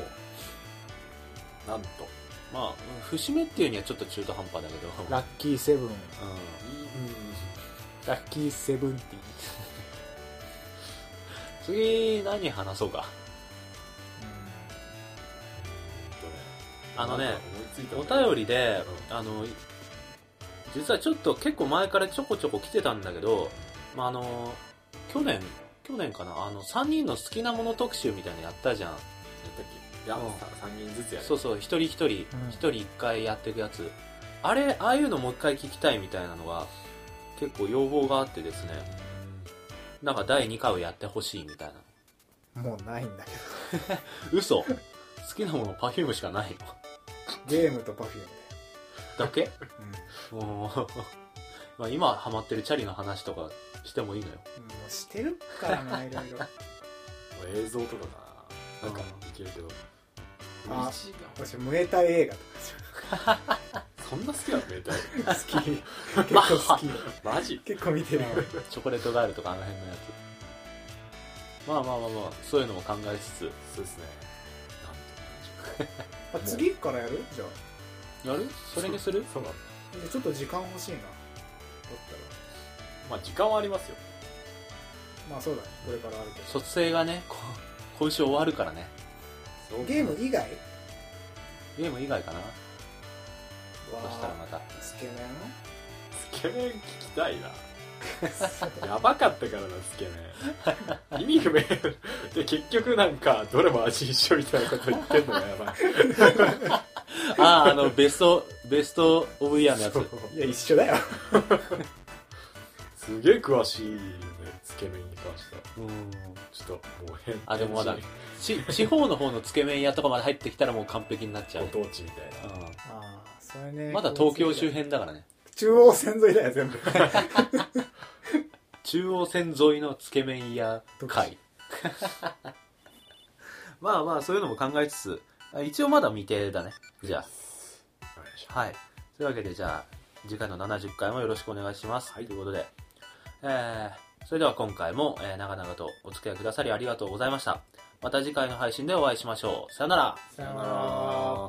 Speaker 2: なんと
Speaker 1: まあ節目っていうにはちょっと中途半端だけど、
Speaker 3: ラッキーセブン、ラッキーセブンテ
Speaker 1: ィー。次何話そうか。お便りで、実はちょっと結構前からちょこちょこ来てたんだけど、去年かな、3人の好きなもの特集みたいなのやったじゃん。やったっ
Speaker 2: け？いや、3人ずつやる。
Speaker 1: そう、一人一回やっていくやつ。ああいうのもう一回聞きたいみたいなのが結構要望があってですね、なんか第2回をやってほしいみたい
Speaker 3: な。もうないんだけ
Speaker 1: ど。嘘。好きなものPerfumeしかないの。
Speaker 3: ゲームとPerfume
Speaker 1: だけ？もうまあ今ハマってるチャリの話とかしてもいいのよ。
Speaker 3: もうしてるからな、いろいろ。
Speaker 2: 映像とかな、なんかできるけど。
Speaker 3: 私ムエタイ映画とか
Speaker 2: そんな好きなの？ムエタイ
Speaker 3: 好き。結構好き。
Speaker 2: マジ？
Speaker 3: 結構見てる。
Speaker 1: チョコレートガールとかあの辺のやつ。まあそういうのも考えつつ。
Speaker 2: そうですね。
Speaker 3: 次からやる？じゃ
Speaker 1: あやる？それにする？
Speaker 2: そうなの。
Speaker 3: ちょっと時間欲しいな。だった
Speaker 2: らまあ時間はありますよ。
Speaker 3: まあそうだね、これからあるけど
Speaker 1: 卒生がね今週終わるからね。
Speaker 3: ゲーム以外か
Speaker 1: な。そしたらまた
Speaker 3: つけ
Speaker 2: 麺聞きたいな。やばかったからな、つけ麺。意味不明で結局なんかどれも味一緒みたいなこと言ってんのがやばい。
Speaker 1: ベストオブイヤーのやつ。
Speaker 3: いや一緒だよ。
Speaker 2: すげえ詳しいよね、つつけ麺に関してはちょっともう変。
Speaker 1: あ、でもまだ地方の方のつけ麺屋とかまで入ってきたらもう完璧になっちゃう、
Speaker 2: ご当地みたいな。
Speaker 3: ああ、それね。
Speaker 1: まだ東京周辺だからね。
Speaker 3: 中央線沿いだよ、全部。
Speaker 1: 中央線沿いのつけ麺屋会。まあまあ、そういうのも考えつつ、一応まだ未定だね。じゃあ。はい。というわけで、じゃあ、次回の70回もよろしくお願いします。はい。ということで、それでは今回も、長々とお付き合いくださりありがとうございました。また次回の配信でお会いしましょう。さよなら。
Speaker 3: さよなら。